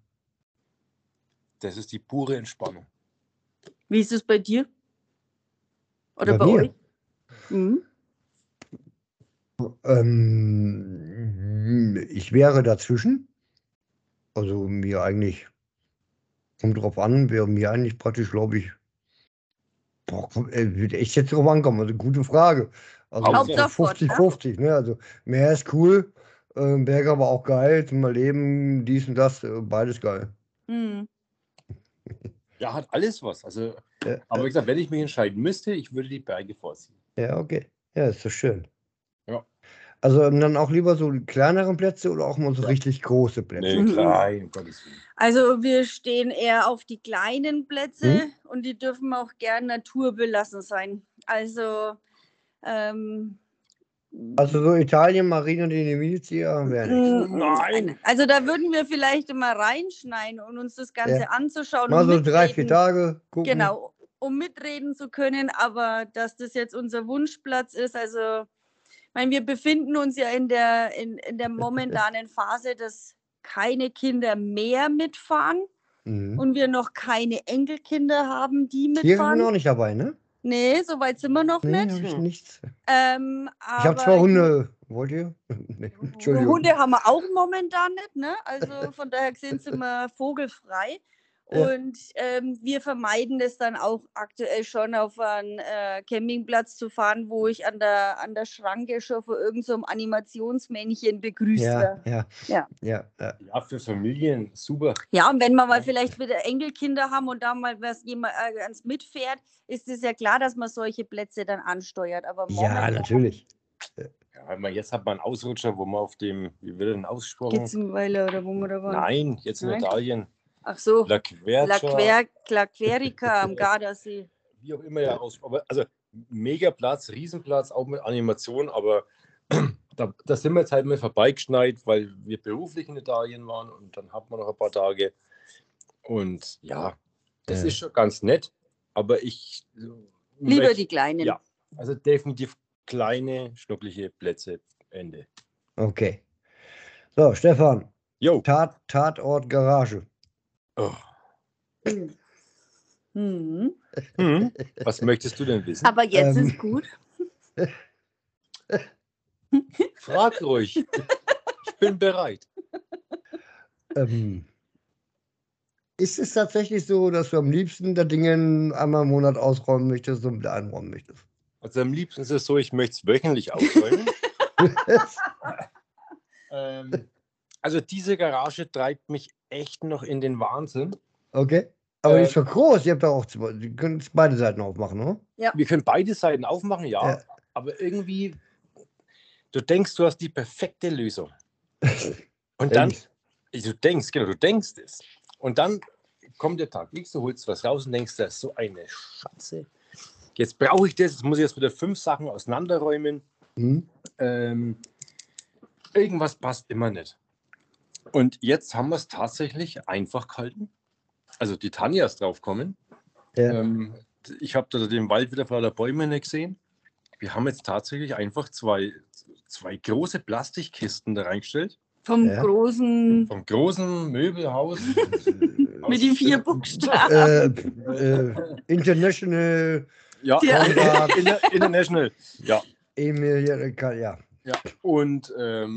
Das ist die pure Entspannung. Wie ist es bei dir? Oder bei mir? euch? Mhm. Ich wäre dazwischen. Also mir eigentlich, kommt drauf an, wäre mir eigentlich praktisch, glaube ich, würde echt jetzt drauf ankommen. Also gute Frage. Also Hauptsache Sport, 50-50, ne? Also Meer ist cool, Berge aber auch geil, zum Mal leben, dies und das, beides geil. Mhm. Ja, hat alles was. Also, Ja, aber wie gesagt, wenn ich mich entscheiden müsste, ich würde die Berge vorziehen. ja, okay. Ja, ist so schön. Ja. Also dann auch lieber so die kleineren Plätze oder auch mal so Ja. richtig große Plätze? Nee, klein, um Gottes Willen. Also wir stehen eher auf die kleinen Plätze und die dürfen auch gern naturbelassen sein. Also Also so Italien, Marina di Venezia wäre nichts. Nein. Also da würden wir vielleicht immer reinschneiden und uns das Ganze Ja. anschauen Mal und so mitreden. 3-4 Tage gucken. Genau, um mitreden zu können, aber dass das jetzt unser Wunschplatz ist, also ich meine, wir befinden uns ja in der momentanen Phase, dass keine Kinder mehr mitfahren Mhm. und wir noch keine Enkelkinder haben, die Tiere sind mitfahren. auch nicht dabei, ne? Nee, so weit sind wir noch Nee, nicht. habe ich nichts. Aber Ich habe 2 Hunde. Wollt ihr? Nee, Entschuldigung. Hunde haben wir auch momentan nicht, ne? Also von daher gesehen sind wir vogelfrei. Ja. Und wir vermeiden es dann auch aktuell schon auf einen Campingplatz zu fahren, wo ich an der Schranke schon von irgendeinem so Animationsmännchen begrüßt werde. Ja. Ja, für Familien super. Ja, und wenn wir mal vielleicht wieder Enkelkinder haben und da mal jemand ans mitfährt, ist es ja klar, dass man solche Plätze dann ansteuert. Aber Ja, momentan natürlich. Ja, jetzt hat man einen Ausrutscher, wo man auf dem, wie wird denn ausgesprochen? Gitzenweiler oder wo wir da waren. Nein, jetzt in Nein? Italien. Ach so, La Querica am Gardasee. Wie auch immer ja aus. Aber also mega Platz, Riesenplatz, auch mit Animation, aber da sind wir jetzt halt mal vorbeigeschneit, weil wir beruflich in Italien waren und dann hat man noch ein paar Tage. Und ja, das ist schon ganz nett, aber ich Lieber die kleinen. Ja, also definitiv kleine, schnucklige Plätze. Ende. Okay. So, Stefan. Jo. Tatort Garage. Oh. Mhm. Was möchtest du denn wissen? Aber jetzt ist gut. Frag ruhig. Ich bin bereit. Ist es tatsächlich so, dass du am liebsten da Dinge einmal im Monat ausräumen möchtest und wieder einräumen möchtest? Also am liebsten ist es so, ich möchte es wöchentlich ausräumen. Also diese Garage treibt mich echt noch in den Wahnsinn. Okay. Aber die Äh, ist doch groß. Ihr habt doch auch die können beide Seiten aufmachen, oder? Wir können beide Seiten aufmachen, ja. Ja. Aber irgendwie, du denkst, du hast die perfekte Lösung. Und dann, du denkst es. Und dann kommt der Tag X, du holst was raus und denkst, das ist so eine Schatze. Jetzt brauche ich das, jetzt muss ich jetzt wieder 5 Sachen auseinanderräumen. Hm? Irgendwas passt immer nicht. Und jetzt haben wir es tatsächlich einfach gehalten. Also die Tanja ist draufgekommen. Ja. Ich habe da den Wald wieder vor der Bäume nicht gesehen. Wir haben jetzt tatsächlich einfach zwei große Plastikkisten da reingestellt. Vom Ja. Vom großen Möbelhaus. mit den 4 Buchstaben. International Ja, Ja. Konrad, International. Ja. Emil, ja. Und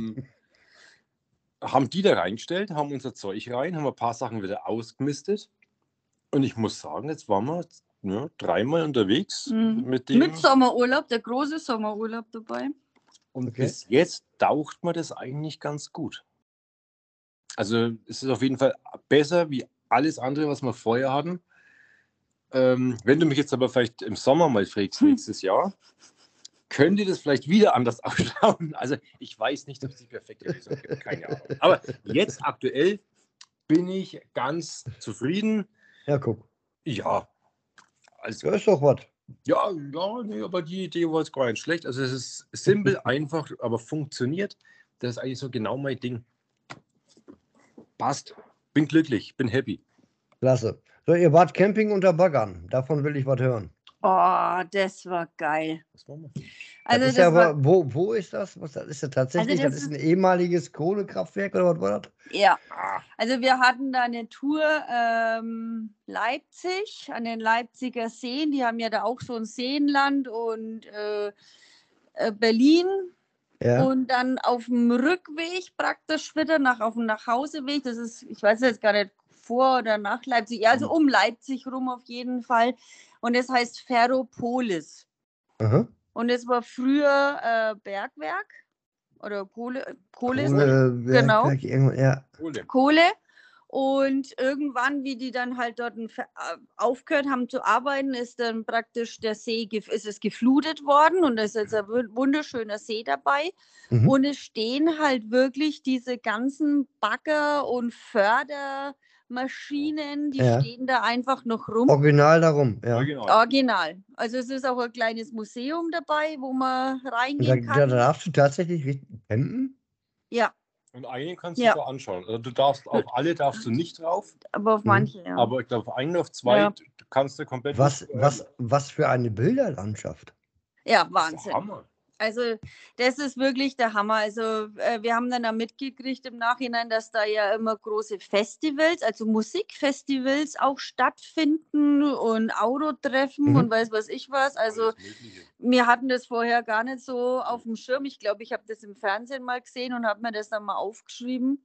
haben die da reingestellt, haben unser Zeug rein, haben ein paar Sachen wieder ausgemistet. Und ich muss sagen, jetzt waren wir 3-mal unterwegs mit dem. Mit Sommerurlaub, der große Sommerurlaub dabei. Und Okay. bis jetzt taucht mir das eigentlich ganz gut. Also es ist auf jeden Fall besser wie alles andere, was wir vorher hatten. Wenn du mich jetzt aber vielleicht im Sommer mal fragst, nächstes Jahr, könnte das vielleicht wieder anders ausschauen. Also ich weiß nicht, ob es die perfekte Lösung gibt, keine Ahnung. Aber jetzt aktuell bin ich ganz zufrieden. Ja, guck. Ja, also Das ist doch was. ja, nee, aber die Idee war jetzt gar nicht schlecht. Also es ist simpel, einfach, aber funktioniert. Das ist eigentlich so genau mein Ding. Passt. Bin glücklich, bin happy. Klasse. So, ihr wart Camping unter Baggern. Davon will ich was hören. Oh, das war geil. Was machen wir? Also das ist das ja war, aber, wo ist das? Was ist das tatsächlich? Also das das ist ein ehemaliges Kohlekraftwerk oder was war das? ja. Also wir hatten da eine Tour Leipzig, an den Leipziger Seen. Die haben ja da auch so ein Seenland und Berlin. Ja. Und dann auf dem Rückweg praktisch wieder auf dem Nachhauseweg, das ist, ich weiß jetzt gar nicht, vor oder nach Leipzig, ja, also um Leipzig rum auf jeden Fall. Und das heißt Ferropolis. Aha. Und es war früher Bergwerk oder Kohle, Genau. Ja. Kohle. Und irgendwann, wie die dann halt dort aufgehört haben zu arbeiten, ist dann praktisch der See, ist es geflutet worden und da ist jetzt ein wunderschöner See dabei. Mhm. Und es stehen halt wirklich diese ganzen Bagger und Fördermaschinen, die stehen da einfach noch rum. Original darum, ja. Original. Also es ist auch ein kleines Museum dabei, wo man reingehen Da kann. darfst du tatsächlich richtig campen? Ja. Und einen kannst du da anschauen. Also du darfst auf alle darfst du nicht drauf. Aber auf manche, ja. Aber ich glaube, auf einen, auf zwei kannst du komplett. Was für eine Bilderlandschaft. Ja, Wahnsinn. Das ist Hammer. Also das ist wirklich der Hammer. Also wir haben dann mitgekriegt im Nachhinein, dass da ja immer große Festivals, also Musikfestivals auch stattfinden und Autotreffen und weiß was ich was. Also wir hatten das vorher gar nicht so auf dem Schirm. Ich glaube, ich habe das im Fernsehen mal gesehen und habe mir das dann mal aufgeschrieben.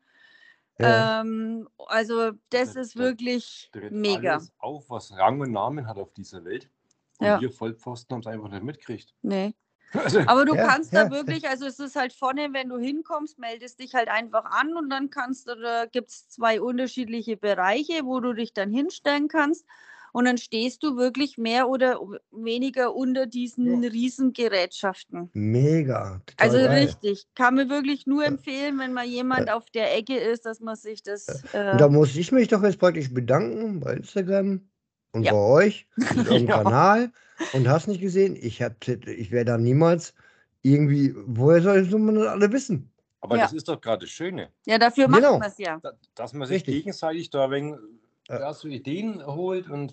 Ja. Also das ist wirklich mega. Alles auf, was Rang und Namen hat auf dieser Welt. Und wir Vollpfosten haben es einfach nicht mitgekriegt. Nee. Aber du kannst da wirklich, also es ist halt vorne, wenn du hinkommst, meldest dich halt einfach an und dann gibt es 2 unterschiedliche Bereiche, wo du dich dann hinstellen kannst und dann stehst du wirklich mehr oder weniger unter diesen riesen Gerätschaften. Mega. Also geil. richtig, kann mir wirklich nur empfehlen, wenn mal jemand auf der Ecke ist, dass man sich das... Und da muss ich mich doch jetzt praktisch bedanken bei Instagram. Und bei euch, mit eurem Kanal. Und hast nicht gesehen, ich wäre da niemals irgendwie, woher soll man das alle wissen? Aber das ist doch gerade das Schöne. Ja, dafür macht man es ja. Dass man sich gegenseitig da ein wenig so Ideen holt und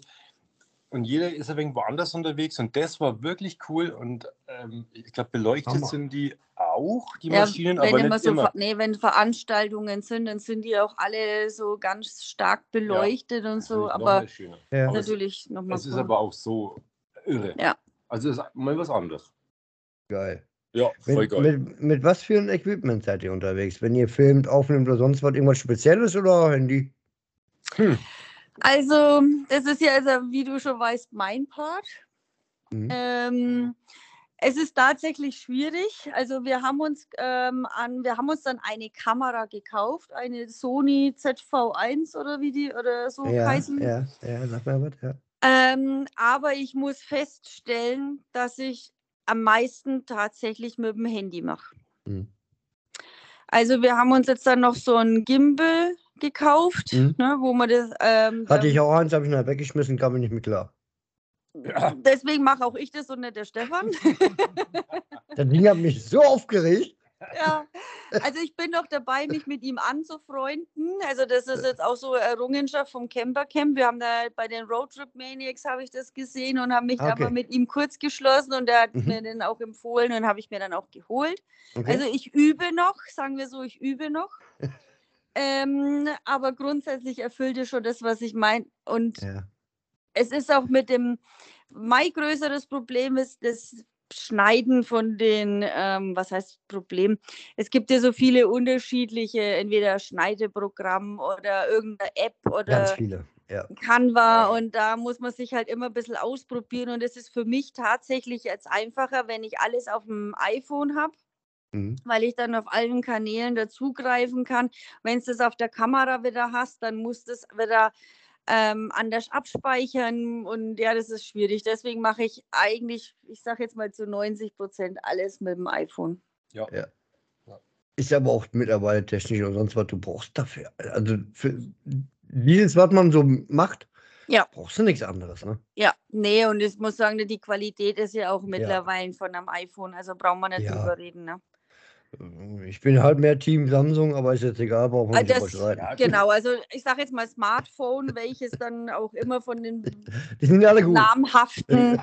jeder ist ein wenig woanders unterwegs und das war wirklich cool und ich glaube, beleuchtet sind die auch, die Maschinen, aber nicht immer. Nee, wenn Veranstaltungen sind, dann sind die auch alle so ganz stark beleuchtet und so, aber natürlich nochmal. Es ist aber auch so irre. Ja. Also es ist mal was anderes. Geil. Ja, voll geil. Mit was für ein Equipment seid ihr unterwegs? Wenn ihr filmt, aufnimmt oder sonst was, irgendwas Spezielles oder Handy? Also, das ist ja, also, wie du schon weißt, mein Part. Es ist tatsächlich schwierig. Also wir haben uns dann eine Kamera gekauft, eine Sony ZV-1 oder wie die oder so heißen. Ja, sag mal was, ja. Aber ich muss feststellen, dass ich am meisten tatsächlich mit dem Handy mache. Hm. Also wir haben uns jetzt dann noch so ein Gimbal gekauft, ne, wo man das. Hatte ich auch eins, habe ich nachher weggeschmissen, kam mir nicht mehr klar. Deswegen mache auch ich das und nicht der Stefan. Das Ding hat mich so aufgeregt. Ja, also ich bin noch dabei, mich mit ihm anzufreunden. Also das ist jetzt auch so eine Errungenschaft vom Campercamp. Wir haben da bei den Roadtrip Maniacs habe ich das gesehen und habe mich da mal mit ihm kurz geschlossen und der hat mir den auch empfohlen und habe ich mir dann auch geholt. Okay. Also ich übe noch, sagen wir so, ich übe noch. Aber grundsätzlich erfüllt es schon das, was ich meine. Und es ist auch mit dem, mein größeres Problem ist das Schneiden von den, was heißt Problem? Es gibt ja so viele unterschiedliche, entweder Schneideprogramm oder irgendeine App oder ganz viele, Canva und da muss man sich halt immer ein bisschen ausprobieren und es ist für mich tatsächlich jetzt einfacher, wenn ich alles auf dem iPhone habe. Weil ich dann auf allen Kanälen dazugreifen kann. Wenn du es auf der Kamera wieder hast, dann musst du es wieder anders abspeichern und ja, das ist schwierig. Deswegen mache ich eigentlich, ich sage jetzt mal zu 90% alles mit dem iPhone. Ja. Ist aber auch mittlerweile technisch und sonst was du brauchst dafür. Also für dieses, was man so macht, brauchst du nichts anderes, ne? Ja, nee, und ich muss sagen, die Qualität ist ja auch mittlerweile von einem iPhone, also braucht man nicht drüber reden, ne? Ich bin halt mehr Team Samsung, aber ist jetzt egal, brauchen wir nicht überschreiten. Ja, genau, also ich sage jetzt mal Smartphone, welches dann auch immer von den die sind alle gut. namhaften.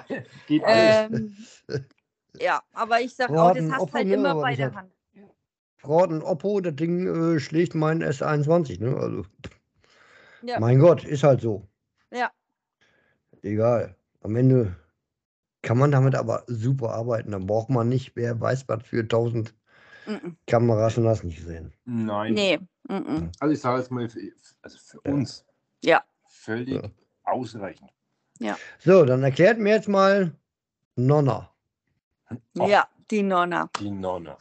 Ja, aber ich sage auch, das hast halt immer bei der Hand. Frau hat ein Oppo, das Ding schlägt meinen S21, ne? Also, mein Gott, ist halt so. Ja. Egal. Am Ende kann man damit aber super arbeiten. Dann braucht man nicht, wer weiß was für 1000 Kameras und hast nicht gesehen. Nein. Nee. Also ich sage jetzt mal, für uns völlig ausreichend. Ja. So, dann erklärt mir jetzt mal Nonna. Ja, die Nonna. Die Nonna.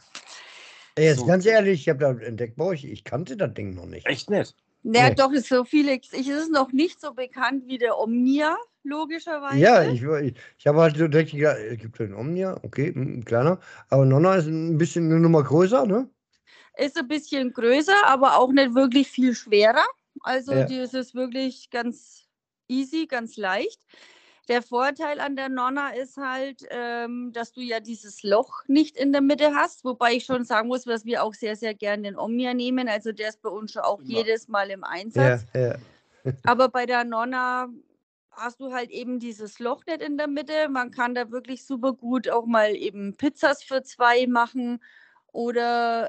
Ey, jetzt ganz ehrlich, ich habe da entdeckt bei euch, ich kannte das Ding noch nicht. Echt nicht? Ja, doch, ist so viele. Es ist noch nicht so bekannt wie der Omnia, logischerweise. Ja, ich habe halt so gedacht, es gibt den Omnia, okay, ein kleiner, aber Nonna ist ein bisschen eine Nummer größer, ne? Ist ein bisschen größer, aber auch nicht wirklich viel schwerer. Also die ist wirklich ganz easy, ganz leicht. Der Vorteil an der Nonna ist halt, dass du ja dieses Loch nicht in der Mitte hast, wobei ich schon sagen muss, dass wir auch sehr, sehr gerne den Omnia nehmen. Also der ist bei uns schon auch jedes Mal im Einsatz. Ja. Aber bei der Nonna hast du halt eben dieses Loch nicht in der Mitte. Man kann da wirklich super gut auch mal eben Pizzas für 2 machen oder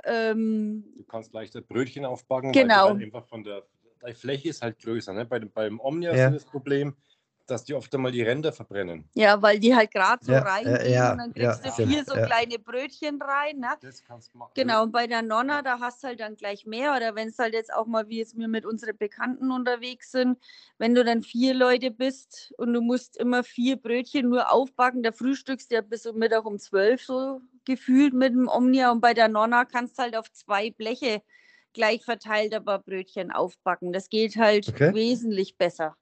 du kannst leichter Brötchen aufbacken, genau. weil du halt einfach die Fläche ist halt größer. Ne? Beim Omnia ist das Problem, dass die oft einmal die Ränder verbrennen. Ja, weil die halt gerade so reingehen und dann kriegst du 4 so ja. kleine Brötchen rein. Ne? Das kannst du machen. Genau, und bei der Nonna, da hast du halt dann gleich mehr. Oder wenn es halt jetzt auch mal, wie jetzt wir mit unseren Bekannten unterwegs sind, wenn du dann 4 Leute bist und du musst immer 4 Brötchen nur aufbacken, da frühstückst du ja bis um Mittag um 12 so gefühlt mit dem Omnia. Und bei der Nonna kannst du halt auf 2 Bleche gleich verteilt ein paar Brötchen aufbacken. Das geht halt wesentlich besser.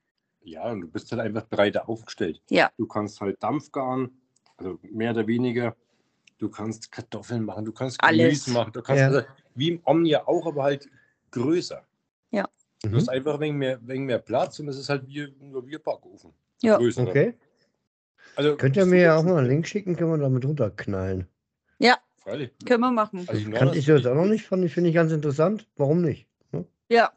Ja, und du bist halt einfach breiter aufgestellt. Ja. Du kannst halt Dampf garen, also mehr oder weniger. Du kannst Kartoffeln machen, du kannst Gemüse machen. Du kannst also, wie im Omnia auch, aber halt größer. Ja. Du hast einfach wegen mehr Platz und es ist halt wie ein Backofen. Ja. Größer. Okay. Also, könnt ihr mir ja auch mal einen Link schicken, können wir damit runterknallen. Ja, freilich. Können wir machen. Also kannte ich das auch noch nicht, finde ich ganz interessant. Warum nicht? Ja,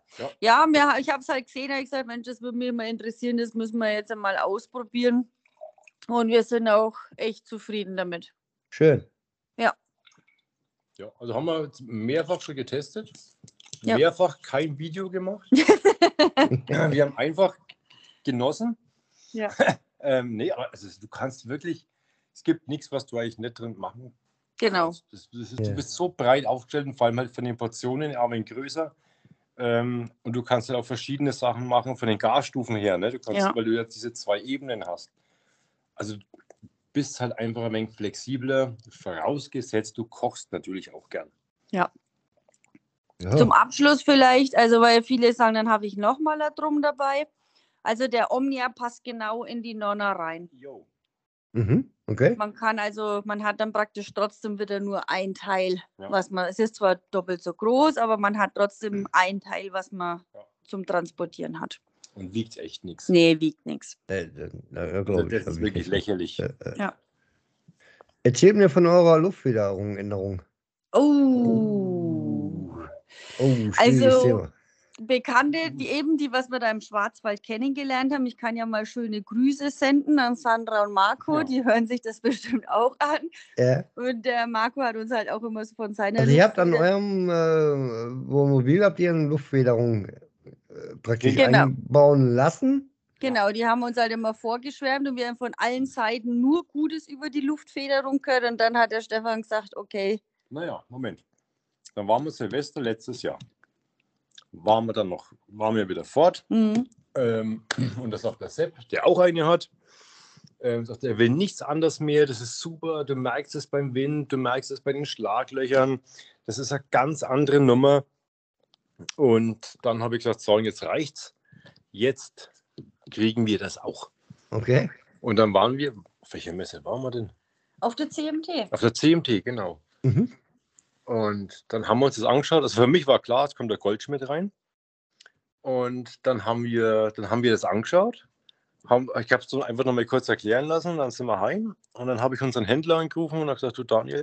ich habe es halt gesehen, habe gesagt, Mensch, das würde mich mal interessieren, das müssen wir jetzt einmal ausprobieren. Und wir sind auch echt zufrieden damit. Schön. Ja. Ja, also haben wir jetzt mehrfach schon getestet, mehrfach kein Video gemacht. Wir haben einfach genossen. Ja. Nee, aber du kannst wirklich, es gibt nichts, was du eigentlich nicht drin machen kannst. Genau. Du bist so breit aufgestellt und vor allem halt von den Portionen, aber ein größer. Und du kannst halt auch verschiedene Sachen machen von den Garstufen her, ne? Du kannst, weil du jetzt diese 2 Ebenen hast. Also bist halt einfach ein wenig flexibler, vorausgesetzt, du kochst natürlich auch gern. Ja. Ja. Zum Abschluss vielleicht, also weil viele sagen, dann habe ich nochmal da drum dabei. Also der Omnia passt genau in die Nonna rein. Jo. Okay. Man hat dann praktisch trotzdem wieder nur ein Teil, Ja. es ist zwar doppelt so groß, aber man hat trotzdem ein Teil, was man zum Transportieren hat. Und wiegt echt nichts. Nee, wiegt nichts. Also das ist wirklich lächerlich. Ja. Erzählt mir von eurer Luftfederung-Änderung. Oh. Schwieriges Also Thema. Bekannte, die was wir da im Schwarzwald kennengelernt haben, ich kann ja mal schöne Grüße senden an Sandra und Marco, Ja. die hören sich das bestimmt auch an. Ja. Und der Marco hat uns halt auch immer so von seiner Also ihr habt an Luftfeder- eurem Wohnmobil habt ihr eine Luftfederung praktisch Genau. einbauen lassen. Genau, die haben uns halt immer vorgeschwärmt und wir haben von allen Seiten nur Gutes über die Luftfederung gehört. Und dann hat der Stefan gesagt, okay. Naja, Moment. Dann waren wir Silvester letztes Jahr. Waren wir wieder fort. Mhm. Und das sagt der Sepp, der auch eine hat. Sagt, er will nichts anderes mehr. Das ist super. Du merkst es beim Wind, du merkst es bei den Schlaglöchern. Das ist eine ganz andere Nummer. Und dann habe ich gesagt, so, jetzt reicht's. Jetzt kriegen wir das auch. Okay. Und dann waren wir, auf welcher Messe waren wir denn? Auf der CMT. Auf der CMT, genau. Mhm. Und dann haben wir uns das angeschaut. Also für mich war klar, es kommt der Goldschmidt rein. Und dann haben wir das angeschaut. Ich habe es so einfach noch mal kurz erklären lassen. Dann sind wir heim. Und dann habe ich unseren Händler angerufen und habe gesagt, du Daniel,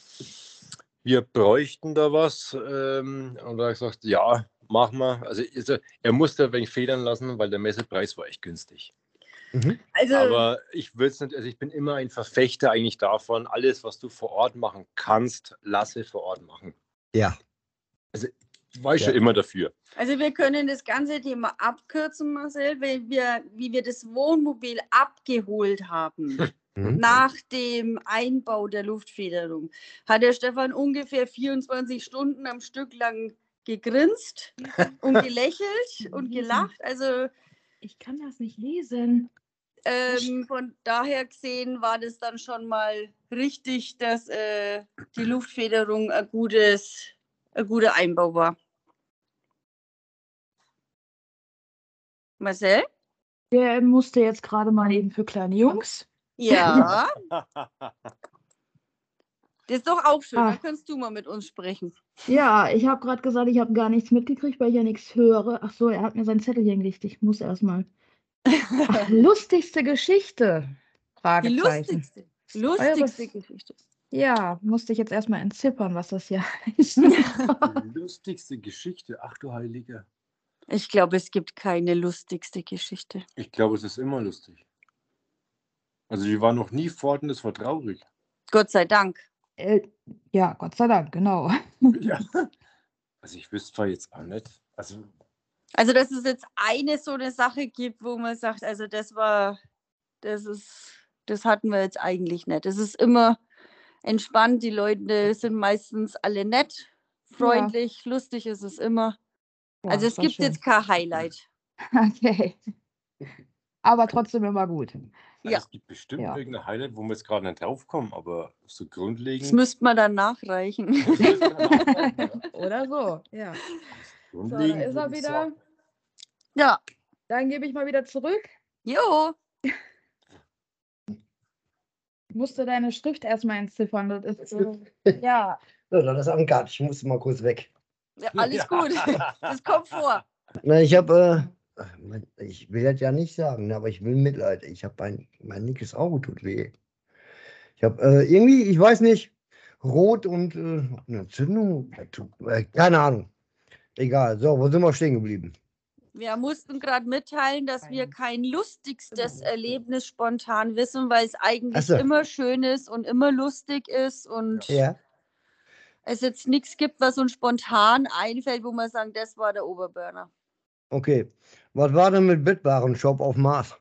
wir bräuchten da was. Und er hat gesagt, ja, machen wir. Also er musste ein wenig federn lassen, weil der Messepreis war echt günstig. Mhm. Also, Aber ich will es nicht, also ich bin immer ein Verfechter eigentlich davon, alles, was du vor Ort machen kannst, lasse vor Ort machen. Ja. Ich war Ja. schon immer dafür. also wir können das ganze Thema abkürzen, Marcel, wie wir das Wohnmobil abgeholt haben. Mhm. Nach dem Einbau der Luftfederung hat der Stefan ungefähr 24 Stunden am Stück lang gegrinst und gelächelt und gelacht. Also Ich kann das nicht lesen. von daher gesehen war das dann schon mal richtig, dass die Luftfederung ein guter Einbau war. Marcel? Der musste jetzt gerade mal eben für kleine Jungs. Ja. Das ist doch auch schön, Ah. da kannst du mal mit uns sprechen. Ja, ich habe gerade gesagt, ich habe gar nichts mitgekriegt, weil ich ja nichts höre. Ach so, er hat mir sein Zettel hier gelegt. Ich muss erstmal. Ach, lustigste Geschichte? Die Fragezeichen. lustigste Geschichte. Ja, musste ich jetzt erstmal entziffern, was das hier heißt. Die lustigste Geschichte, ach du Heilige. Ich glaube, es gibt keine lustigste Geschichte. Ich glaube, es ist immer lustig. Also die war noch nie fort und das war traurig. Gott sei Dank. Ja, Gott sei Dank, genau. Ja. Also ich wüsste zwar jetzt auch nicht. Also Also, dass es jetzt so eine Sache gibt, wo man sagt, also das hatten wir jetzt eigentlich nicht. Es ist immer entspannt, die Leute sind meistens alle nett, freundlich, lustig ist es immer. Ja, Also es ist doch gibt schön. jetzt kein Highlight. Okay. Aber trotzdem immer gut. Ja. es gibt bestimmt Ja. irgendein Highlight, wo wir jetzt gerade nicht draufkommen, aber so Das grundlegend. müsste man dann nachreichen. Oder so, ja. So, da grundlegend ist er würde ich wieder. sagen. Ja. Dann gebe ich mal wieder zurück. Jo. Ich musste deine Schrift erstmal entziffern. Das ist ja. So, das ist Ankart. Ich muss mal kurz weg. Ja, alles gut. Das kommt vor. Na, ich will das ja nicht sagen, ne, aber ich will Mitleid. Ich habe mein linkes Auge tut weh. Ich habe irgendwie, ich weiß nicht, rot und eine Entzündung. Keine Ahnung. Egal. So, wo sind wir stehen geblieben? Wir mussten gerade mitteilen, dass wir kein lustigstes Erlebnis spontan wissen, weil es eigentlich Ach so. immer schön ist und immer lustig ist und Ja. es jetzt nichts gibt, was uns spontan einfällt, wo man sagen, das war der Oberburner. Okay. Was war denn mit Bettwarenshop auf Mars?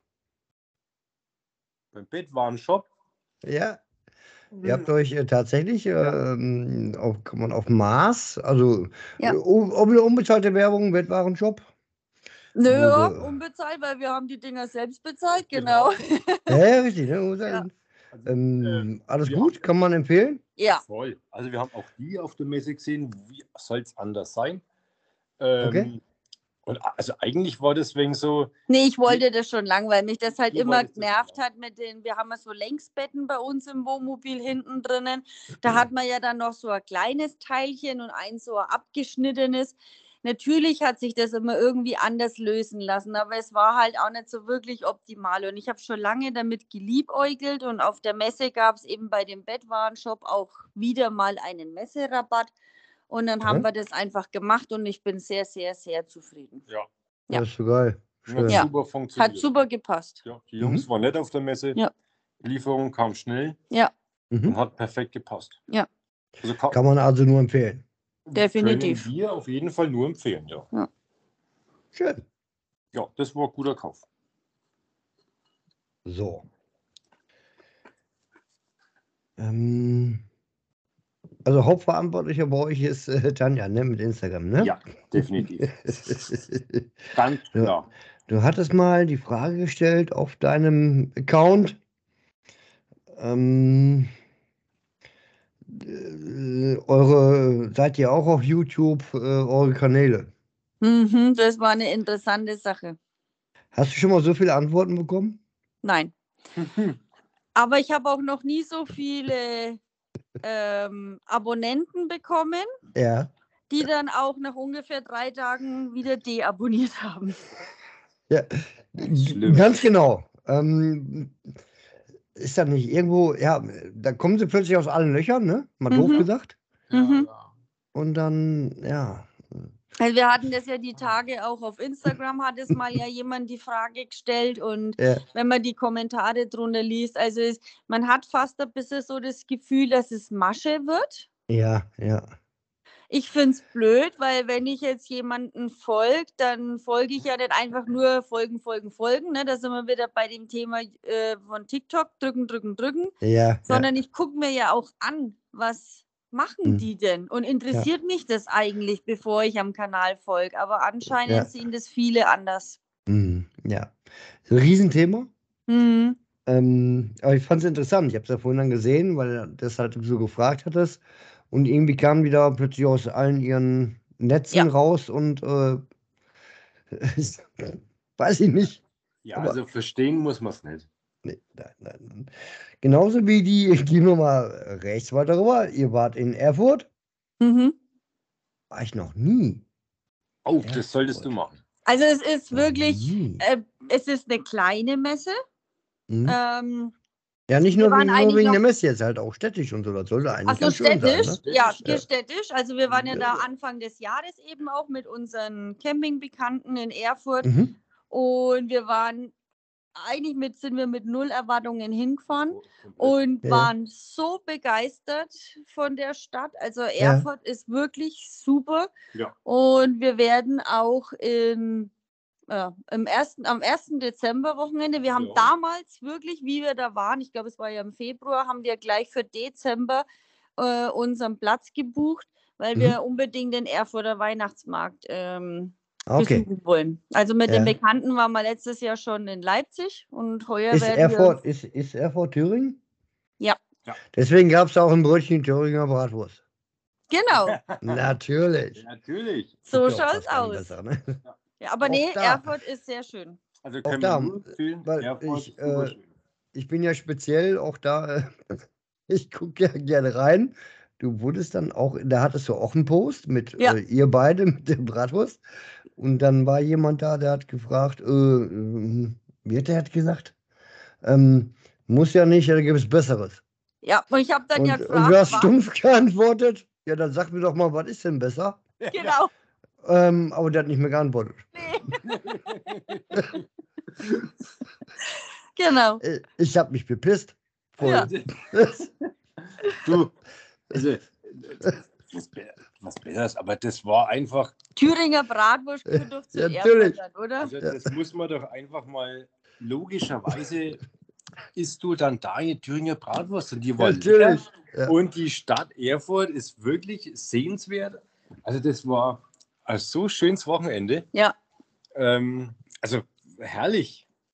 Beim Bettwarenshop. Ja. Ihr habt euch tatsächlich auf Mars, also Ja. ob ihr unbezahlte Werbung, Bettwarenshop? Nö, Wo wir- unbezahlt, weil wir haben die Dinger selbst bezahlt, genau. Ja, richtig. Ne? Alles wir gut? Kann man empfehlen? Ja, Voll. Also wir haben auch die auf der Messe gesehen. Wie soll es anders sein? Okay. Und also eigentlich war das wegen so, nee, ich wollte das schon lang, weil mich das halt Du immer wolltest das genervt schon hat wir haben ja so Längsbetten bei uns im Wohnmobil hinten drinnen. Da hat man ja dann noch so ein kleines Teilchen und ein so ein abgeschnittenes. Natürlich hat sich das immer irgendwie anders lösen lassen, aber es war halt auch nicht so wirklich optimal. Und ich habe schon lange damit geliebäugelt und auf der Messe gab es eben bei dem Bettwarenshop auch wieder mal einen Messerabatt. Und dann haben wir das einfach gemacht und ich bin sehr, sehr, sehr zufrieden. ja, Ja. Das ist so geil. hat Schön. Ja. super Hat funktioniert. super gepasst. Ja, die Jungs waren nett auf der Messe. Ja. Die Lieferung kam schnell Ja, und Mhm. hat perfekt gepasst. Ja. Also Kann man also nur empfehlen. definitiv. Können wir auf jeden Fall nur empfehlen, ja. Schön. Ja, das war ein guter Kauf. So. Also Hauptverantwortlicher bei euch ist Tanja, ne? Mit Instagram, ne? Ja, definitiv. Ganz Ja. klar. Du hattest mal die Frage gestellt auf deinem Account. Seid ihr auch auf YouTube, eure Kanäle? Das war eine interessante Sache. Hast du schon mal so viele Antworten bekommen? Nein. Aber ich habe auch noch nie so viele Abonnenten bekommen, Ja. die dann auch nach ungefähr 3 Tagen wieder deabonniert haben. Ja, Schlimm. ganz genau. Ist das nicht irgendwo, ja, da kommen sie plötzlich aus allen Löchern, ne? Mal doof gesagt. Mhm. Und dann, ja. Also wir hatten das ja die Tage auch auf Instagram, hat es mal ja jemand die Frage gestellt und Ja, wenn man die Kommentare drunter liest, also man hat fast ein bisschen so das Gefühl, dass es Masche wird. ja, ja. Ich finde es blöd, weil wenn ich jetzt jemanden folge, dann folge ich ja nicht einfach nur folgen. Ne? Da sind wir wieder bei dem Thema von TikTok, drücken, Ja, sondern ich gucke mir ja auch an, was machen die denn? Und interessiert mich das eigentlich, bevor ich am Kanal folge? Aber anscheinend sehen das viele anders. Ja. Riesenthema. Mhm. Aber ich fand es interessant. Ich habe es ja vorhin dann gesehen, weil er das halt so gefragt hattest. Und irgendwie kamen die da plötzlich aus allen ihren Netzen Ja. raus und weiß ich nicht. Ja, Aber- also verstehen muss man es nicht. Nee, nein. Genauso wie gehen wir mal rechts weiter rüber. Ihr wart in Erfurt. Mhm. War ich noch nie. Oh, das solltest du machen. Also es ist Noch wirklich, nie. es ist eine kleine Messe. Mhm. Ja, nicht nur, wir waren nur eigentlich wegen noch- der Messe jetzt, halt auch städtisch und so. Das sollte eigentlich Ach so, ganz schön sein. städtisch? Ne? Ja, Ja. städtisch. Also wir waren ja da Anfang des Jahres eben auch mit unseren Campingbekannten in Erfurt Mhm. und sind wir mit 0 Erwartungen hingefahren und Ja. waren so begeistert von der Stadt. Also Erfurt ist wirklich super Ja. und wir werden auch am 1. Dezember-Wochenende. Wir haben Ja. damals wirklich, wie wir da waren, ich glaube, es war ja im Februar, haben wir gleich für Dezember unseren Platz gebucht, weil wir unbedingt den Erfurter Weihnachtsmarkt Okay. besuchen wollen. Also mit den Ja. Bekannten waren wir letztes Jahr schon in Leipzig und heuer Ist werden Erfurt, ist Erfurt Thüringen? Ja. Deswegen gab es auch ein Brötchen Thüringer Bratwurst. Genau, Natürlich. Natürlich. so Gibt ja auch schaut's fast keinen aus. Besser, ne? Ja, aber Auch nee, da. Erfurt ist sehr schön. Also Auch können da, wir nur empfehlen. weil Erfurt, ich, super schön. Ich bin ja speziell auch da, ich gucke ja gerne rein. Du wurdest dann auch, da hattest du auch einen Post mit Ja. ihr beide mit der Bratwurst. Und dann war jemand da, der hat gefragt, wie hat der gesagt? Muss ja nicht, da gibt es Besseres. Ja, und ich habe dann ja Und gefragt, du hast was? stumpf geantwortet. Ja, dann sag mir doch mal, was ist denn besser? Genau. Aber der hat nicht mehr geantwortet. Nee. Genau. Ich habe mich bepisst. Voll. Ja. Du, also, was Besseres, aber das war einfach, Thüringer Bratwurst gehört doch zu Ja, natürlich. Erfurt, oder? also das muss man doch einfach mal, logischerweise isst du dann da eine Thüringer Bratwurst und die war Natürlich. lecker. Ja. Und die Stadt Erfurt ist wirklich sehenswert. Also das war ein so schönes Wochenende. Ja. Also herrlich.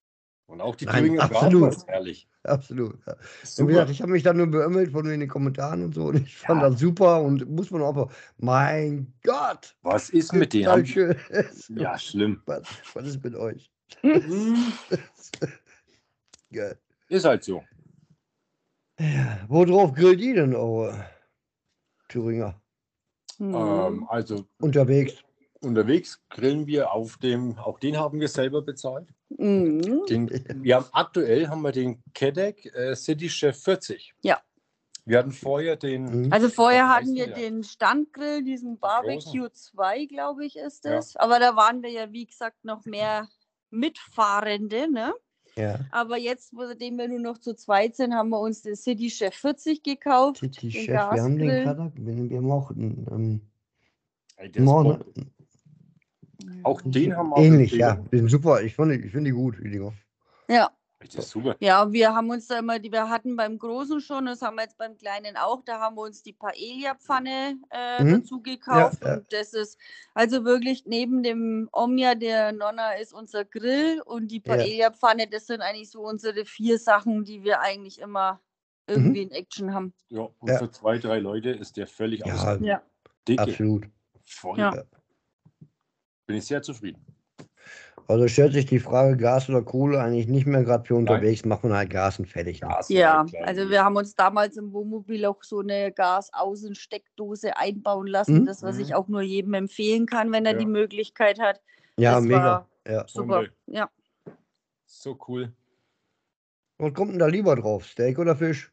Und auch die Nein, Thüringer absolut. Bratwurst, herrlich. Absolut. Ja. Und wie Super. gesagt, ich habe mich dann nur beömmelt von den Kommentaren und so und ich fand Ja. das super und muss man auch, mein Gott, Was ist mit denen? total schön. Ja, schlimm. Was ist mit euch? Hm, Geil. Ist halt so. Ja, worauf grillt ihr denn eure Thüringer? Mhm. Also Unterwegs. unterwegs grillen wir auf dem, auch den haben wir selber bezahlt. Mhm. Aktuell haben wir den Kedek City Chef 40. Ja. Wir hatten vorher den, Mhm. Also vorher Was heißt hatten wir der? den Standgrill, diesen Barbecue 2, glaube ich, ist Ja. es. Aber da waren wir ja, wie gesagt, noch mehr Mitfahrende, ne? Ja. Aber jetzt, seitdem wir nur noch zu zweit sind, haben wir uns den City Chef 40 gekauft. City den Chef, wir haben den Gasgrill. gerade, wir mochten. ey, der ist Morgen, Bombe. Auch den haben wir ähnlich, auf ja. Empfehlung. Die sind super. Ich finde die gut, die Dinger. Ja. Der ist super. Ja, wir haben uns da immer, wir hatten beim Großen schon, das haben wir jetzt beim Kleinen auch, da haben wir uns die Paella-Pfanne dazu gekauft. Ja. Und das ist also wirklich neben dem Omnia der Nonna ist unser Grill und die Ja. Paella-Pfanne, das sind eigentlich so unsere 4 Sachen, die wir eigentlich immer irgendwie in Action haben. Ja, und Ja. für 2, 3 Leute ist der völlig Ja, ausreichend. Ja. Dicke, absolut. voll. Ja. Bin ich sehr zufrieden. Also stellt sich die Frage, Gas oder Kohle eigentlich nicht mehr, gerade für unterwegs, macht man halt Gas und fertig. Ne? Gas Ja, wäre klar also gewesen. wir haben uns damals im Wohnmobil auch so eine Gasaußensteckdose einbauen lassen, Mhm. das was ich auch nur jedem empfehlen kann, wenn er Ja. die Möglichkeit hat. Ja, das mega. war Ja. super. Bombe. Ja. So cool. Was kommt denn da lieber drauf? Steak oder Fisch?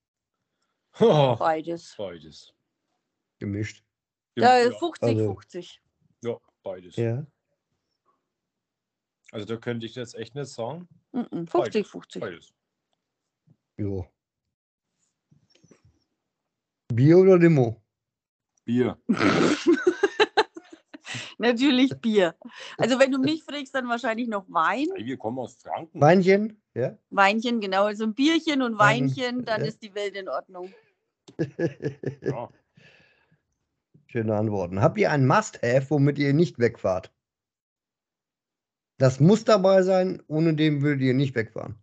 Beides. Beides. Gemischt. Ja, Ja, 50-50. ja, beides. Ja. Also da könnte ich jetzt echt nicht sagen. 50-50. Beides. Jo. Bier oder Limo? Bier. Natürlich Bier. Also wenn du mich fragst, dann wahrscheinlich noch Wein. Hey, wir kommen aus Franken. Weinchen? Ja. Weinchen, genau. Also ein Bierchen und Wein, Weinchen, dann ja. ist die Welt in Ordnung. Ja. Schöne Antworten. Habt ihr ein Must-Have, womit ihr nicht wegfahrt? Das muss dabei sein, ohne dem würdet ihr nicht wegfahren.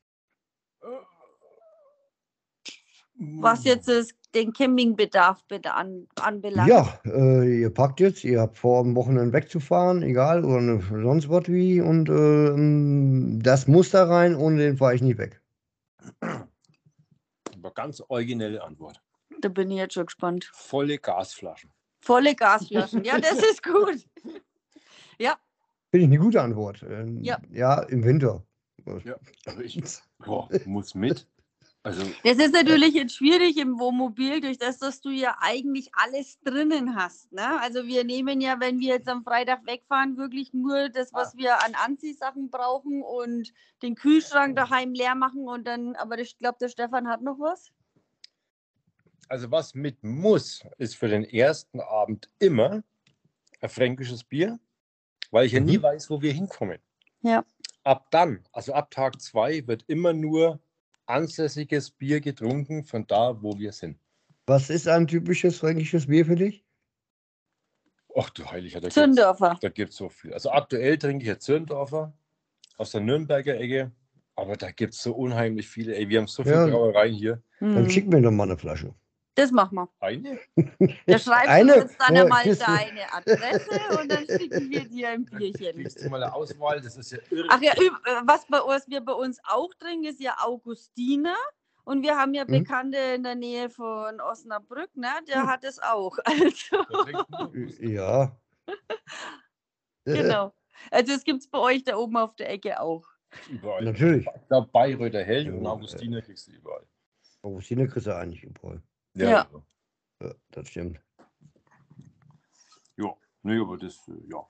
Was jetzt den Campingbedarf bitte anbelangt. Ja, ihr packt jetzt, ihr habt vor, am Wochenende wegzufahren, egal, oder sonst was wie, und das muss da rein, ohne den fahre ich nicht weg. Aber ganz originelle Antwort. Da bin ich jetzt schon gespannt. Volle Gasflaschen. Volle Gasflaschen. Ja, das ist gut. Ja. Finde ich eine gute Antwort. Ja. Im Winter. Ja, aber ich muss mit. Also, Das ist natürlich jetzt schwierig im Wohnmobil, durch das, dass du ja eigentlich alles drinnen hast. Ne? Also wir nehmen ja, wenn wir jetzt am Freitag wegfahren, wirklich nur das, was wir an Anziehsachen brauchen und den Kühlschrank daheim leer machen und dann, aber ich glaube, der Stefan hat noch was. also was mit muss, ist für den ersten Abend immer ein fränkisches Bier, weil ich ja nie weiß, wo wir hinkommen. Ja. Ab dann, also ab Tag 2, wird immer nur ansässiges Bier getrunken von da, wo wir sind. Was ist ein typisches fränkisches Bier für dich? Ach du Heiliger, Zündorfer. da gibt es so viel. Also aktuell trinke ich ja Zündorfer aus der Nürnberger Ecke, aber da gibt es so unheimlich viele. Ey, wir haben so viele Brauereien hier. Dann schick mir doch mal eine Flasche. Das machen wir. Eine? Da schreibst Eine? du uns dann Ja, einmal kriegst du. deine Adresse und dann schicken wir dir ein Bierchen. Kriegst du mal eine Auswahl, das ist ja irre. Ach ja, was wir bei uns auch trinken, ist ja Augustiner. Und wir haben ja Bekannte in der Nähe von Osnabrück, ne? Der hat es auch. Also, Der trinkt nur. Ja. genau. Also es gibt es bei euch da oben auf der Ecke auch. Überall. Natürlich. Ich glaube, Bayreuther Hell Ja, und Augustiner kriegst du überall. Augustiner kriegst du eigentlich überall. Ja. Also. Ja, das stimmt. Ja, nee, aber das, ja.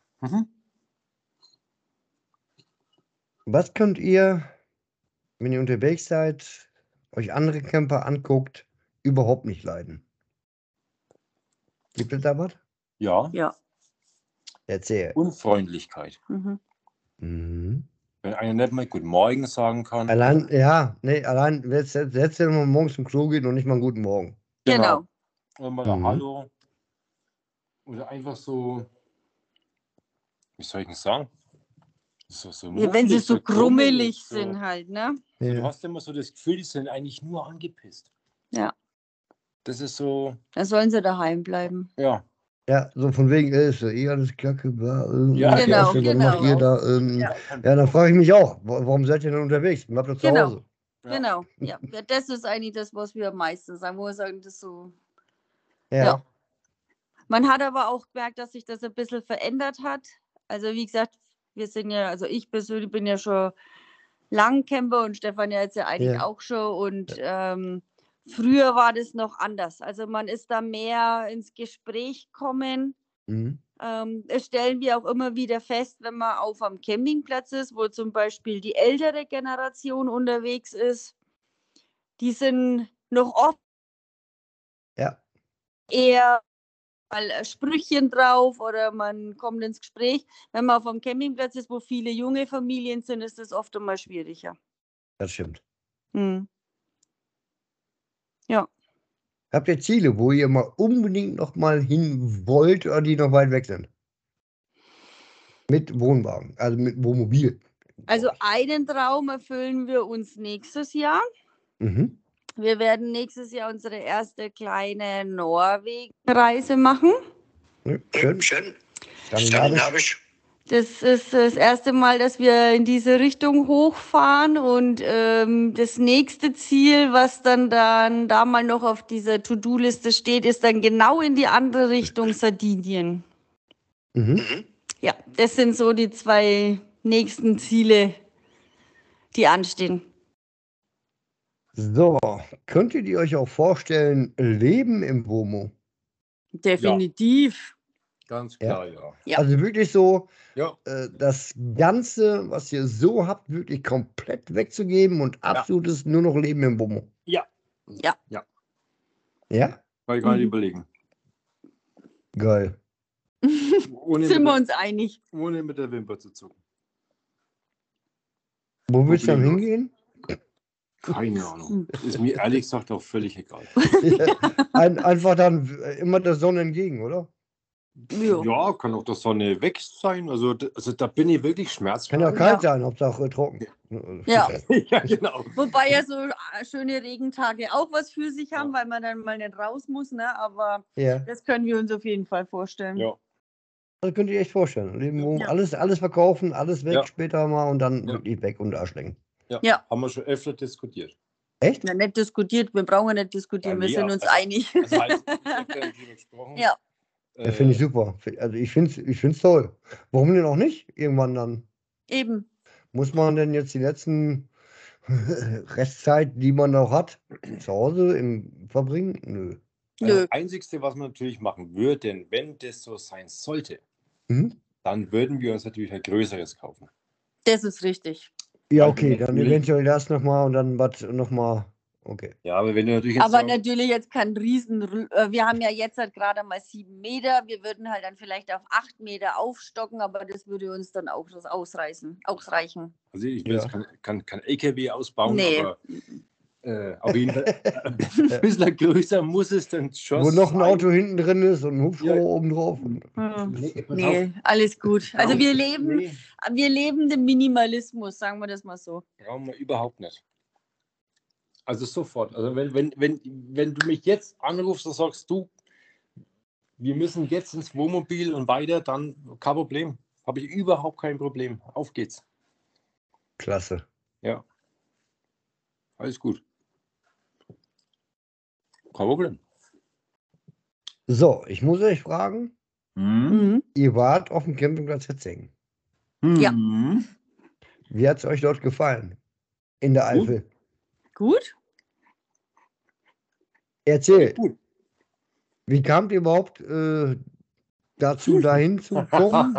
Was könnt ihr, wenn ihr unterwegs seid, euch andere Camper anguckt, überhaupt nicht leiden? Gibt es da was? Ja, Ja. Erzähl. Unfreundlichkeit. Mhm. Mhm. Wenn einer nicht mal Guten Morgen sagen kann. Allein, selbst wenn man morgens zum Klo geht und nicht mal einen guten Morgen. Genau. Oder mal ein Mhm. Hallo. Oder einfach so, wie soll ich denn sagen? So Ja, wenn sie muffelig, so krummelig so. sind halt, ne? So, du Ja. hast immer so das Gefühl, die sind eigentlich nur angepisst. Ja. Das ist so, Dann sollen sie daheim bleiben. ja. Ja, so von wegen, ist ja eh alles Kacke, bla, Ja, Genau, was macht ihr da? Ja. Ja, dann frage ich mich auch, warum seid ihr denn unterwegs? Bleibt doch zu Genau. Hause. Ja. Genau. Ja. Ja, das ist eigentlich das, was wir am meisten sagen, wo wir sagen, das so. Ja. Ja. Man hat aber auch gemerkt, dass sich das ein bisschen verändert hat. Also wie gesagt, wir sind ja, also ich persönlich bin ja schon lang Camper und Stefan ja jetzt ja eigentlich Ja. auch schon. Und früher war das noch anders. Also man ist da mehr ins Gespräch gekommen. Mhm. Das stellen wir auch immer wieder fest, wenn man auf am Campingplatz ist, wo zum Beispiel die ältere Generation unterwegs ist. Die sind noch oft Ja. eher mal Sprüchchen drauf oder man kommt ins Gespräch. Wenn man auf einem Campingplatz ist, wo viele junge Familien sind, ist das oft einmal schwieriger. Das stimmt. Hm. Ja. Habt ihr Ziele, wo ihr mal unbedingt noch mal hin wollt oder die noch weit weg sind? Mit Wohnwagen, also mit Wohnmobil. Also einen Traum erfüllen wir uns nächstes Jahr. Mhm. Wir werden nächstes Jahr unsere erste kleine Norwegen-Reise machen. Ja, schön. Skandinavisch. Das ist das erste Mal, dass wir in diese Richtung hochfahren und das nächste Ziel, was dann da mal noch auf dieser To-Do-Liste steht, ist dann genau in die andere Richtung Sardinien. Mhm. Ja, das sind so die 2 nächsten Ziele, die anstehen. So, könntet ihr euch auch vorstellen, Leben im WOMO? Definitiv. Ganz klar, ja. Ja. Also wirklich so, Ja. das Ganze, was ihr so habt, wirklich komplett wegzugeben und absolutes nur noch Leben im WOMO. Ja. Ja. Ja. Ja? Kann ich gar nicht Mhm. überlegen. Geil. Ohne Sind wir mit, uns einig? ohne mit der Wimper zu zucken. Wo willst du dann Problemlos. hingehen? Keine Ahnung. Ist mir ehrlich gesagt auch völlig egal. Einfach dann immer der Sonne entgegen, oder? Ja. Ja, kann auch der Sonne weg sein. Also da bin ich wirklich schmerzfrei. Kann ja auch kalt sein, Hauptsache trocken. Ja. Ja, genau. Wobei ja so schöne Regentage auch was für sich haben, weil man dann mal nicht raus muss, ne? Aber Ja, das können wir uns auf jeden Fall vorstellen. Ja. das könnt ihr echt vorstellen. Leben, wo Ja. alles verkaufen, alles weg Ja. später mal und dann Ja. wirklich weg und Arschlecken. Ja. Haben wir schon öfter diskutiert. Echt? Ja, nicht diskutiert, wir brauchen ja nicht diskutieren, Ja, wir nee, sind uns also- einig. Das heißt, ich hab da nicht drüber gesprochen. Ja. Ja, finde ich super. Also ich find's toll. Warum denn auch nicht? Irgendwann dann. Eben. Muss man denn jetzt die letzten Restzeit, die man noch hat, zu Hause verbringen? Nö. Nö. Das Einzige, was man natürlich machen würden, wenn das so sein sollte, Hm? dann würden wir uns natürlich ein größeres kaufen. Das ist richtig. Ja, Weil okay, dann natürlich- eventuell das nochmal und dann was nochmal. Okay. Ja, aber wenn du natürlich jetzt Aber so, natürlich jetzt kein Riesen. Wir haben ja jetzt halt gerade mal 7 Meter. Wir würden halt dann vielleicht auf 8 Meter aufstocken, aber das würde uns dann auch das ausreichen. also ich will jetzt Ja. kein LKW ausbauen, Nee. aber auf jeden Fall ein bisschen größer muss es dann schon Wo noch ein sein. Auto hinten drin ist und ein Hubschrauber Ja. oben drauf. Nee, pass Nee, alles gut. Also auf. wir leben, Nee, wir leben den Minimalismus, sagen wir das mal so. brauchen wir überhaupt nicht. Also sofort. Also wenn du mich jetzt anrufst und sagst, du, wir müssen jetzt ins Wohnmobil und weiter, dann kein Problem. Habe ich überhaupt kein Problem. Auf geht's. Klasse. Ja. Alles gut. Kein Problem. So, ich muss euch fragen, Mhm. ihr wart auf dem Campingplatz Hetzingen. Ja. Wie hat es euch dort gefallen? In der Gut. Eifel. Gut? Erzähl, Gut. wie kamt ihr überhaupt dazu, dahin zu kommen?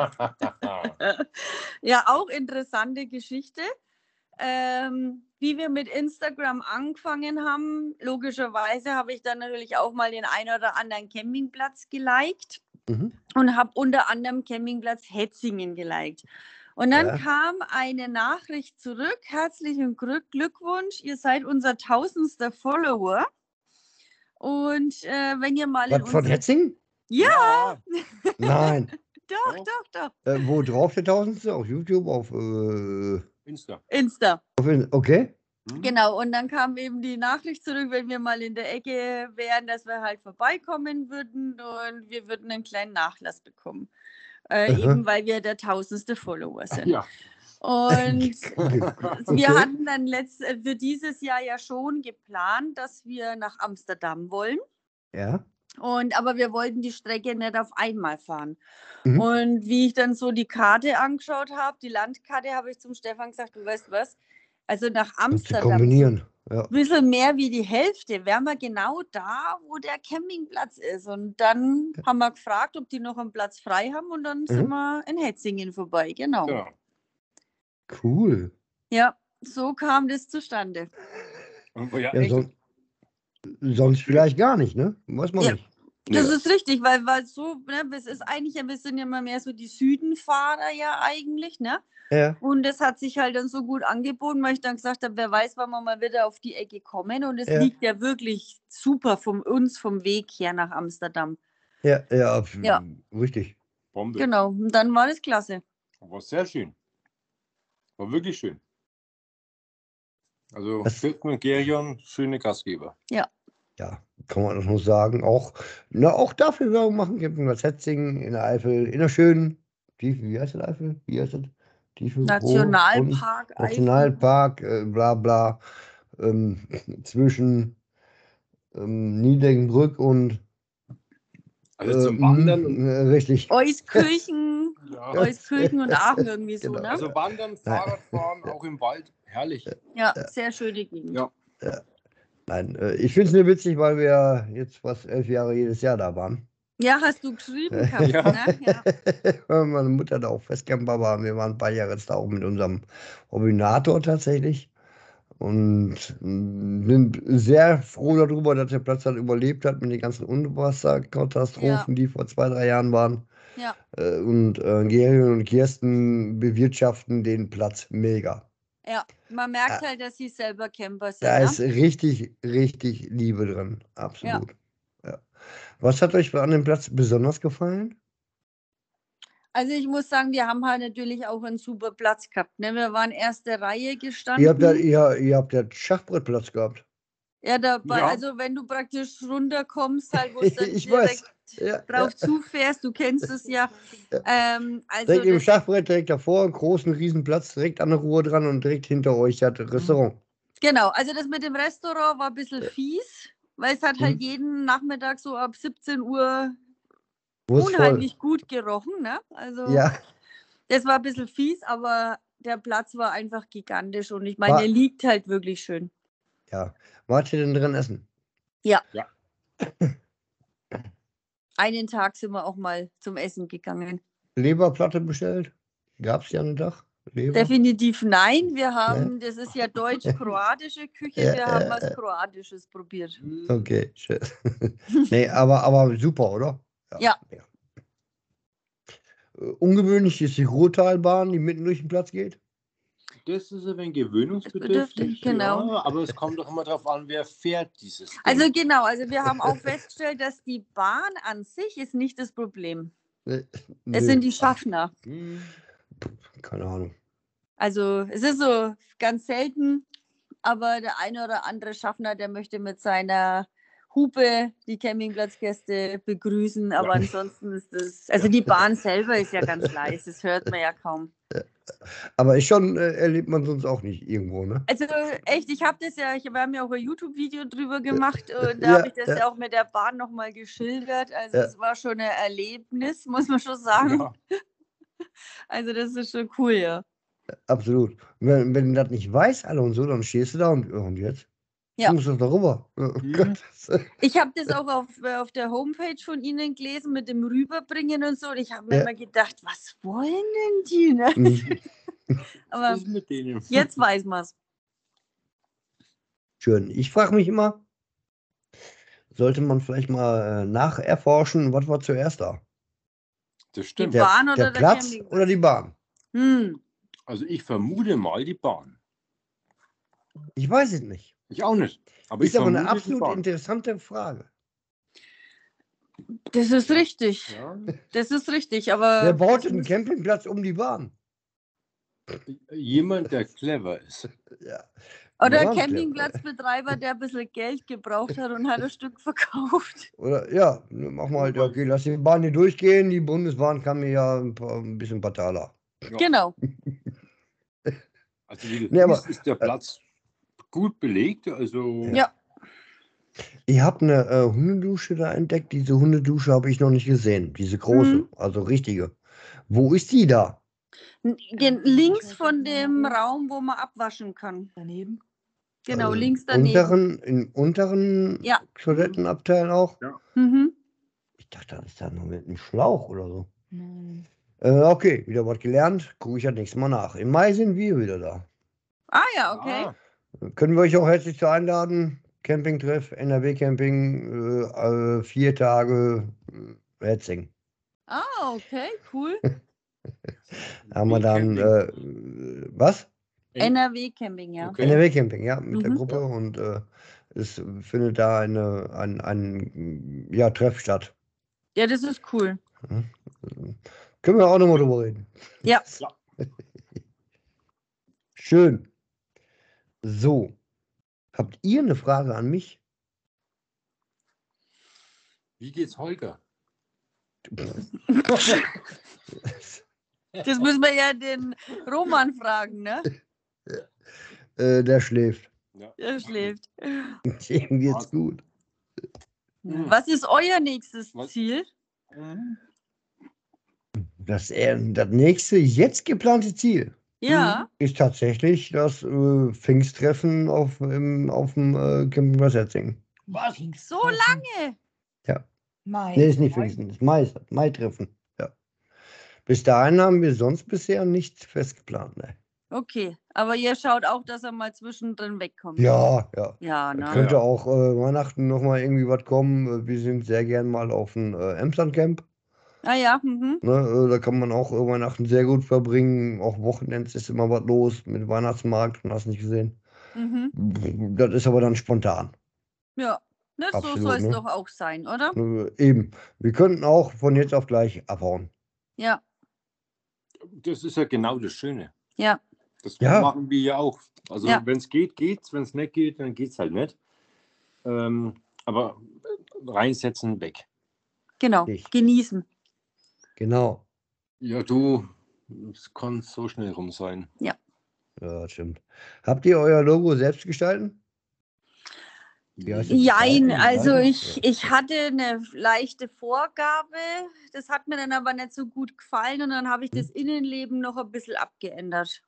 Ja, auch interessante Geschichte. Wie wir mit Instagram angefangen haben, logischerweise habe ich dann natürlich auch mal den einen oder anderen Campingplatz geliked Mhm. und habe unter anderem Campingplatz Hetzingen geliked. Und dann Ja. kam eine Nachricht zurück, herzlichen Glückwunsch, ihr seid unser 1000. Follower. Und wenn ihr mal in Was von unsere... Hetzingen? Ja, Nein. Doch. Wo drauf der Tausendste? Auf YouTube? Auf Insta. okay. Genau, und dann kam eben die Nachricht zurück, wenn wir mal in der Ecke wären, dass wir halt vorbeikommen würden und wir würden einen kleinen Nachlass bekommen. Eben weil wir der 1000. Follower sind. Ja. Und Okay. wir hatten dann für dieses Jahr ja schon geplant, dass wir nach Amsterdam wollen. Ja. Aber wir wollten die Strecke nicht auf einmal fahren. Mhm. Und wie ich dann so die Karte angeschaut habe, die Landkarte, habe ich zum Stefan gesagt, du weißt was, also nach Zu Amsterdam, kombinieren. Ja. ein bisschen mehr wie die Hälfte, wären wir genau da, wo der Campingplatz ist. Und dann haben wir gefragt, ob die noch einen Platz frei haben und dann sind wir in Hetzingen vorbei, genau. Genau. Cool. Ja, so kam das zustande. Und ja, Ja, sonst vielleicht gar nicht, ne? Weiß man Ja. nicht. Das ist richtig, weil so, ne, es ist eigentlich, wir sind ja immer mehr so die Südenfahrer ja eigentlich, ne? Ja. Und das hat sich halt dann so gut angeboten, weil ich dann gesagt habe, wer weiß, wann wir mal wieder auf die Ecke kommen. Und es liegt ja wirklich super vom Weg her nach Amsterdam. Ja, richtig. Bombe. Genau, und dann war das klasse. War sehr schön. War wirklich schön. Also Steffen und Gerion, schöne Gastgeber. Ja. Ja, kann man das nur sagen. Auch dafür Werbung machen. Campingplatz Hetzingen in der Eifel, in der schönen, wie heißt das Eifel? Wie heißt das? Nationalpark. Nationalpark, bla bla. Zwischen Niedenbrück und Also zum Wandern. Richtig. Euskirchen, Ja. Euskirchen und Aachen irgendwie so, Genau. ne? Also Wandern, Fahrradfahren, auch im Wald, herrlich. Ja, sehr schöne Gegend. Ja. Nein, ich finde es nur witzig, weil wir jetzt fast 11 Jahre jedes Jahr da waren. Ja, hast du geschrieben gehabt, Ja. ne? Ja. Weil meine Mutter da auch Festcamper war. Wir waren ein paar Jahre jetzt da auch mit unserem Hobbinator tatsächlich. Und sind sehr froh darüber, dass der Platz dann überlebt hat mit den ganzen Unwasserkatastrophen, die vor 2, 3 Jahren waren. Ja. Und Gerion und Kirsten bewirtschaften den Platz mega. Ja, man merkt halt, dass sie selber Camper sind. Da Ne? ist richtig, richtig Liebe drin. Absolut. Ja. Was hat euch an dem Platz besonders gefallen? Also ich muss sagen, wir haben halt natürlich auch einen super Platz gehabt. Ne? Wir waren erste Reihe gestanden. Ihr habt ja Schachbrettplatz gehabt. Ja, dabei, Ja. also wenn du praktisch runterkommst, halt, wo du dann Ich direkt weiß. drauf zufährst, du kennst es ja. Also Direkt im Schachbrett, direkt davor, einen großen Riesenplatz, direkt an der Ruhr dran und direkt hinter euch hat das Restaurant. Genau, also das mit dem Restaurant war ein bisschen fies, weil es hat halt jeden Nachmittag so ab 17 Uhr unheimlich gut gerochen. Ne? Also das war ein bisschen fies, aber der Platz war einfach gigantisch und ich meine, er liegt halt wirklich schön. Ja. Wart ihr denn drin essen? Ja. Ja. Einen Tag sind wir auch mal zum Essen gegangen. Leberplatte bestellt? Gab es ja einen Tag? Leber? Definitiv nein. Wir haben, das ist ja deutsch-kroatische Küche, wir haben was Kroatisches probiert. Okay, schön. Nee, aber super, oder? Ja. Ungewöhnlich ist die Ruhrtalbahn, die mitten durch den Platz geht. Das ist ein wenig gewöhnungsbedürftig, genau. Ja, aber es kommt doch immer darauf an, wer fährt dieses Ding. Also genau, wir haben auch festgestellt, dass die Bahn an sich ist nicht das Problem. Es sind die Schaffner. Keine Ahnung. Also es ist so ganz selten, aber der eine oder andere Schaffner, der möchte mit seiner Hupe die Campingplatzgäste begrüßen, aber ansonsten ist das, also die Bahn selber ist ja ganz leise, das hört man ja kaum. Aber schon erlebt man sonst auch nicht irgendwo, ne? Also echt, wir haben ja auch ein YouTube-Video drüber gemacht und da habe ich das ja auch mit der Bahn nochmal geschildert. Also es war schon ein Erlebnis, muss man schon sagen. Ja. Also das ist schon cool, ja. Absolut. Wenn du das nicht weißt, alle und so, dann stehst du da und jetzt? Ja. Du musst doch darüber. Oh Gott. Ich habe das auch auf der Homepage von Ihnen gelesen mit dem Rüberbringen und so. Und ich habe mir immer gedacht, was wollen denn die? Ne? Aber Was ist mit denen? jetzt weiß man es. Schön. Ich frage mich immer, sollte man vielleicht mal nacherforschen, was war zuerst da? Das Die stimmt. Bahn oder der Platz Campingplatz? oder die Bahn? Also ich vermute mal die Bahn. Ich weiß es nicht. Ich auch nicht. Aber Ist ich aber eine vermute die absolut Bahn. interessante Frage. Das ist richtig. Ja. Das ist richtig, Wer aber baut das einen muss- Campingplatz um die Bahn? Jemand, der clever ist. Ja. oder Brandclever. Campingplatzbetreiber, der ein bisschen Geld gebraucht hat und hat ein Stück verkauft. Oder ja, mach mal halt, ja, okay, lass die Bahn hier durchgehen. Die Bundesbahn kann mir ja ein bisschen Bataler. Ja. Genau. Also wie du Nee, aber, siehst, ist der Platz gut belegt. Also Ja. Ich habe eine Hundedusche da entdeckt. Diese Hundedusche habe ich noch nicht gesehen. Diese große, Mhm. also richtige. Wo ist die da? Links von dem Raum, wo man abwaschen kann. Daneben. Genau, Also links daneben. Im unteren Ja. Toilettenabteil auch? Mhm. Ich dachte, das ist da nur mit einem Schlauch oder so. Nein. Okay, wieder was gelernt. Gucke ich das nächste Mal nach. Im Mai sind wir wieder da. Ah ja, okay. Können wir euch auch herzlich zu einladen. Campingtreff, NRW-Camping, 4 Tage Hetzing. Ah, okay, cool. Haben wir dann, Camping. was? NRW-Camping, ja. Okay. NRW-Camping, ja, mit der Mhm. Gruppe und es findet da ein Treff statt. Ja, das ist cool. Können wir auch nochmal drüber reden. Ja. Ja. Schön. So. Habt ihr eine Frage an mich? Wie geht's Holger? Das müssen wir ja den Roman fragen, ne? Der schläft. Ja. Der schläft. Dem geht's Was? gut. Was ist euer nächstes Was? Ziel? Das nächste jetzt geplante Ziel Ja. ist tatsächlich das Pfingsttreffen auf dem Campingplatz Hetzing. Was? So lange. Mai. Nee, ist nicht Pfingsten, ist Mai-Treffen. Ja. Bis dahin haben wir sonst bisher nichts festgeplant. Ne? Okay, aber ihr schaut auch, dass er mal zwischendrin wegkommt. Ja, ja. Ja, Da ne? könnte Ja. auch Weihnachten nochmal irgendwie was kommen. Wir sind sehr gern mal auf dem Emsland-Camp. Ah ja, mhm. Ne? Da kann man auch Weihnachten sehr gut verbringen. Auch Wochenends ist immer was los mit Weihnachtsmarkt. Und hast nicht gesehen. Mhm. Das ist aber dann spontan. Ja, ne, so Absolut, soll es ne? doch auch sein, oder? Eben. Wir könnten auch von jetzt auf gleich abhauen. Ja, Das ist ja genau das Schöne. ja, Das Ja. machen wir ja auch. Also Ja. wenn es geht, geht's. Wenn es nicht geht, dann geht's halt nicht. Aber reinsetzen, weg. genau. Ich. Genießen. Genau. Ja, du, es kann so schnell rum sein. Ja, das stimmt. Habt ihr euer Logo selbst gestalten? Wie heißt das? Jein, Gestalten, also gestalten? ich hatte eine leichte Vorgabe, das hat mir dann aber nicht so gut gefallen und dann habe ich das Innenleben noch ein bisschen abgeändert.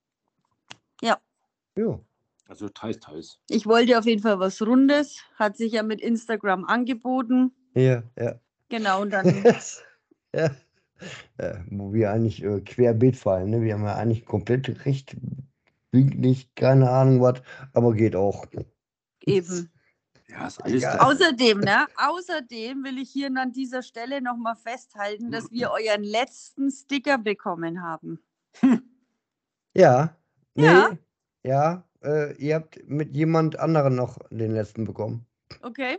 Ja. Also teils. Ich wollte auf jeden Fall was Rundes, hat sich ja mit Instagram angeboten. Ja. Genau, und dann, ja. Wo wir eigentlich querbeet fallen. Ne? Wir haben ja eigentlich komplett recht, winklig, keine Ahnung was, aber geht auch. eben. Ja, ist alles Egal. da. Außerdem will ich hier an dieser Stelle nochmal festhalten, dass wir euren letzten Sticker bekommen haben. Ja. Nee. Ja. Ja. Ihr habt mit jemand anderen noch den letzten bekommen. Okay?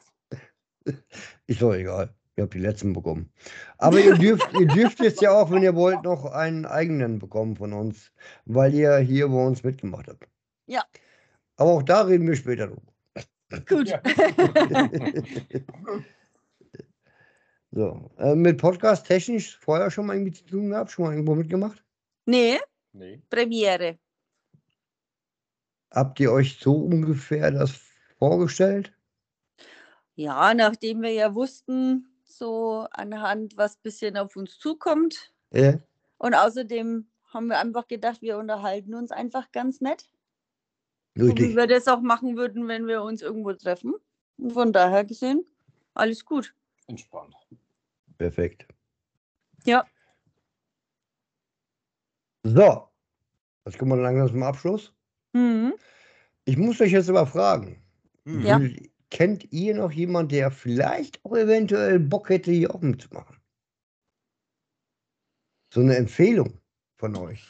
Ist doch egal. Ihr habt die letzten bekommen. Aber ihr dürft jetzt ja auch, wenn ihr wollt, noch einen eigenen bekommen von uns, weil ihr hier bei uns mitgemacht habt. Ja. Aber auch da reden wir später drüber. Gut. Ja. So, mit Podcast technisch vorher schon mal irgendwie zu tun gehabt, schon mal irgendwo mitgemacht? Nee, Nee. Premiere. Habt ihr euch so ungefähr das vorgestellt? Ja, nachdem wir ja wussten, so anhand, was ein bisschen auf uns zukommt. Ja. Und außerdem haben wir einfach gedacht, wir unterhalten uns einfach ganz nett. So wie Richtig. wir das auch machen würden, wenn wir uns irgendwo treffen. Und von daher gesehen, alles gut. Entspannt. Perfekt. Ja. So, jetzt kommen wir langsam zum Abschluss. Mhm. Ich muss euch jetzt aber fragen. Ja. Kennt ihr noch jemanden, der vielleicht auch eventuell Bock hätte, hier auch mitzumachen? So eine Empfehlung von euch.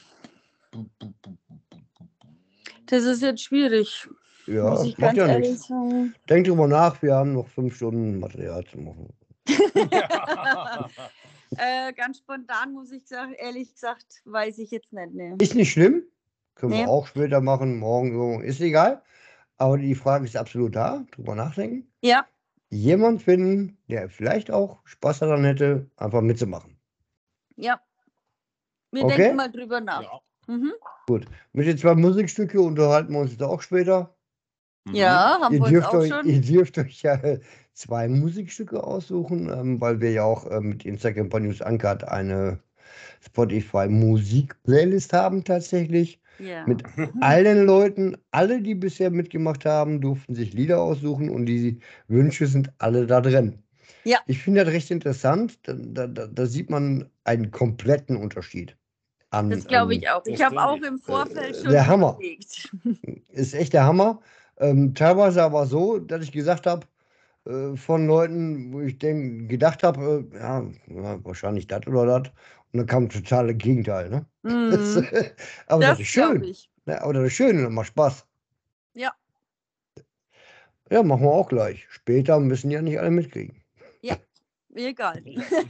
Das ist jetzt schwierig, Ja, muss ich macht ganz ja ehrlich nichts. sagen. Denkt drüber nach, wir haben noch 5 Stunden Material zu machen. Ganz spontan muss ich sagen, ehrlich gesagt, weiß ich jetzt nicht. Nee. Ist nicht schlimm. Können Nee. wir auch später machen, morgen, übermorgen, ist egal. Aber die Frage ist absolut da. Drüber nachdenken. Ja, Jemand finden, der vielleicht auch Spaß daran hätte, einfach mitzumachen. ja. Wir Okay. denken mal drüber nach. Ja. Mhm. Mit den 2 Musikstücke unterhalten wir uns jetzt auch später. Ja, haben wir uns auch schon. Ihr dürft euch ja 2 Musikstücke aussuchen, weil wir ja auch mit Instagram bei News Uncut eine Spotify Musik-Playlist haben tatsächlich. Ja. Mit allen Leuten, alle, die bisher mitgemacht haben, durften sich Lieder aussuchen und die Wünsche sind alle da drin. Ja. Ich finde das recht interessant. Da sieht man einen kompletten Unterschied. Das glaube ich auch. das Ich habe denke auch ich. im Vorfeld schon Der Hammer. überlegt. Ist echt der Hammer. Teilweise aber so, dass ich gesagt habe, von Leuten, wo ich gedacht habe, ja, wahrscheinlich das oder das. Und dann kam totale Gegenteil. Ne? Mhm. Aber das Das ist glaube schön. ich. Ne? Aber das ist schön, das macht Spaß. Ja, Ja, machen wir auch gleich. Später müssen ja nicht alle mitkriegen. egal.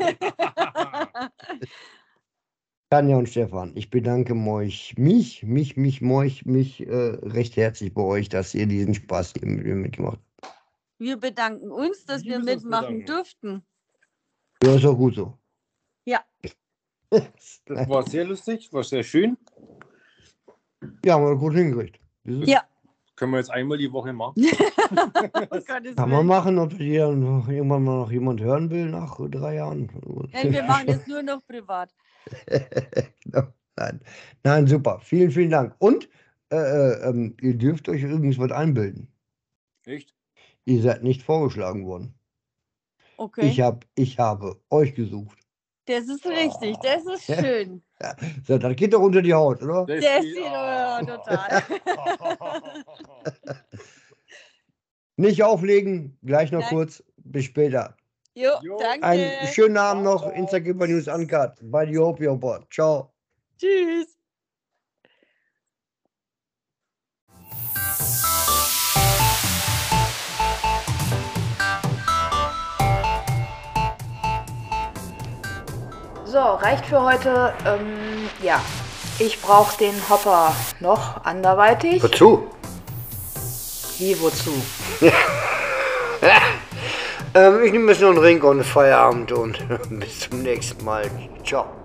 Tanja und Stefan, ich bedanke mich recht herzlich bei euch, dass ihr diesen Spaß hier mit mir mitgemacht habt. Wir bedanken uns, dass wir müssen uns mitmachen bedanken. durften. Ja, ist auch gut so. Ja. Das war sehr lustig, war sehr schön. Ja, haben wir gut hingekriegt. Dieses Ja. Können wir jetzt einmal die Woche machen. Oh Gottes Kann man Willen. machen, ob jeder noch irgendwann mal noch jemand hören will nach 3 Jahren. Nein, wir machen es nur noch privat. Nein, super. Vielen Dank. Und ihr dürft euch übrigens was einbilden. Echt? Ihr seid nicht vorgeschlagen worden. Okay. Ich habe euch gesucht. Das ist richtig. Das ist schön. Ja, so, das geht doch unter die Haut, oder? Das geht- sieht total. Nicht auflegen, gleich noch Nein. kurz. Bis später. Jo, Jo. danke. Einen schönen Abend noch. Ciao. Instagram bei News Uncut bei die Hope. Ciao. Tschüss. So, reicht für heute. Ja, ich brauche den Hopper noch anderweitig. Wozu? Wie, wozu? Ich nehme jetzt noch einen Ring und Feierabend und bis zum nächsten Mal. Ciao.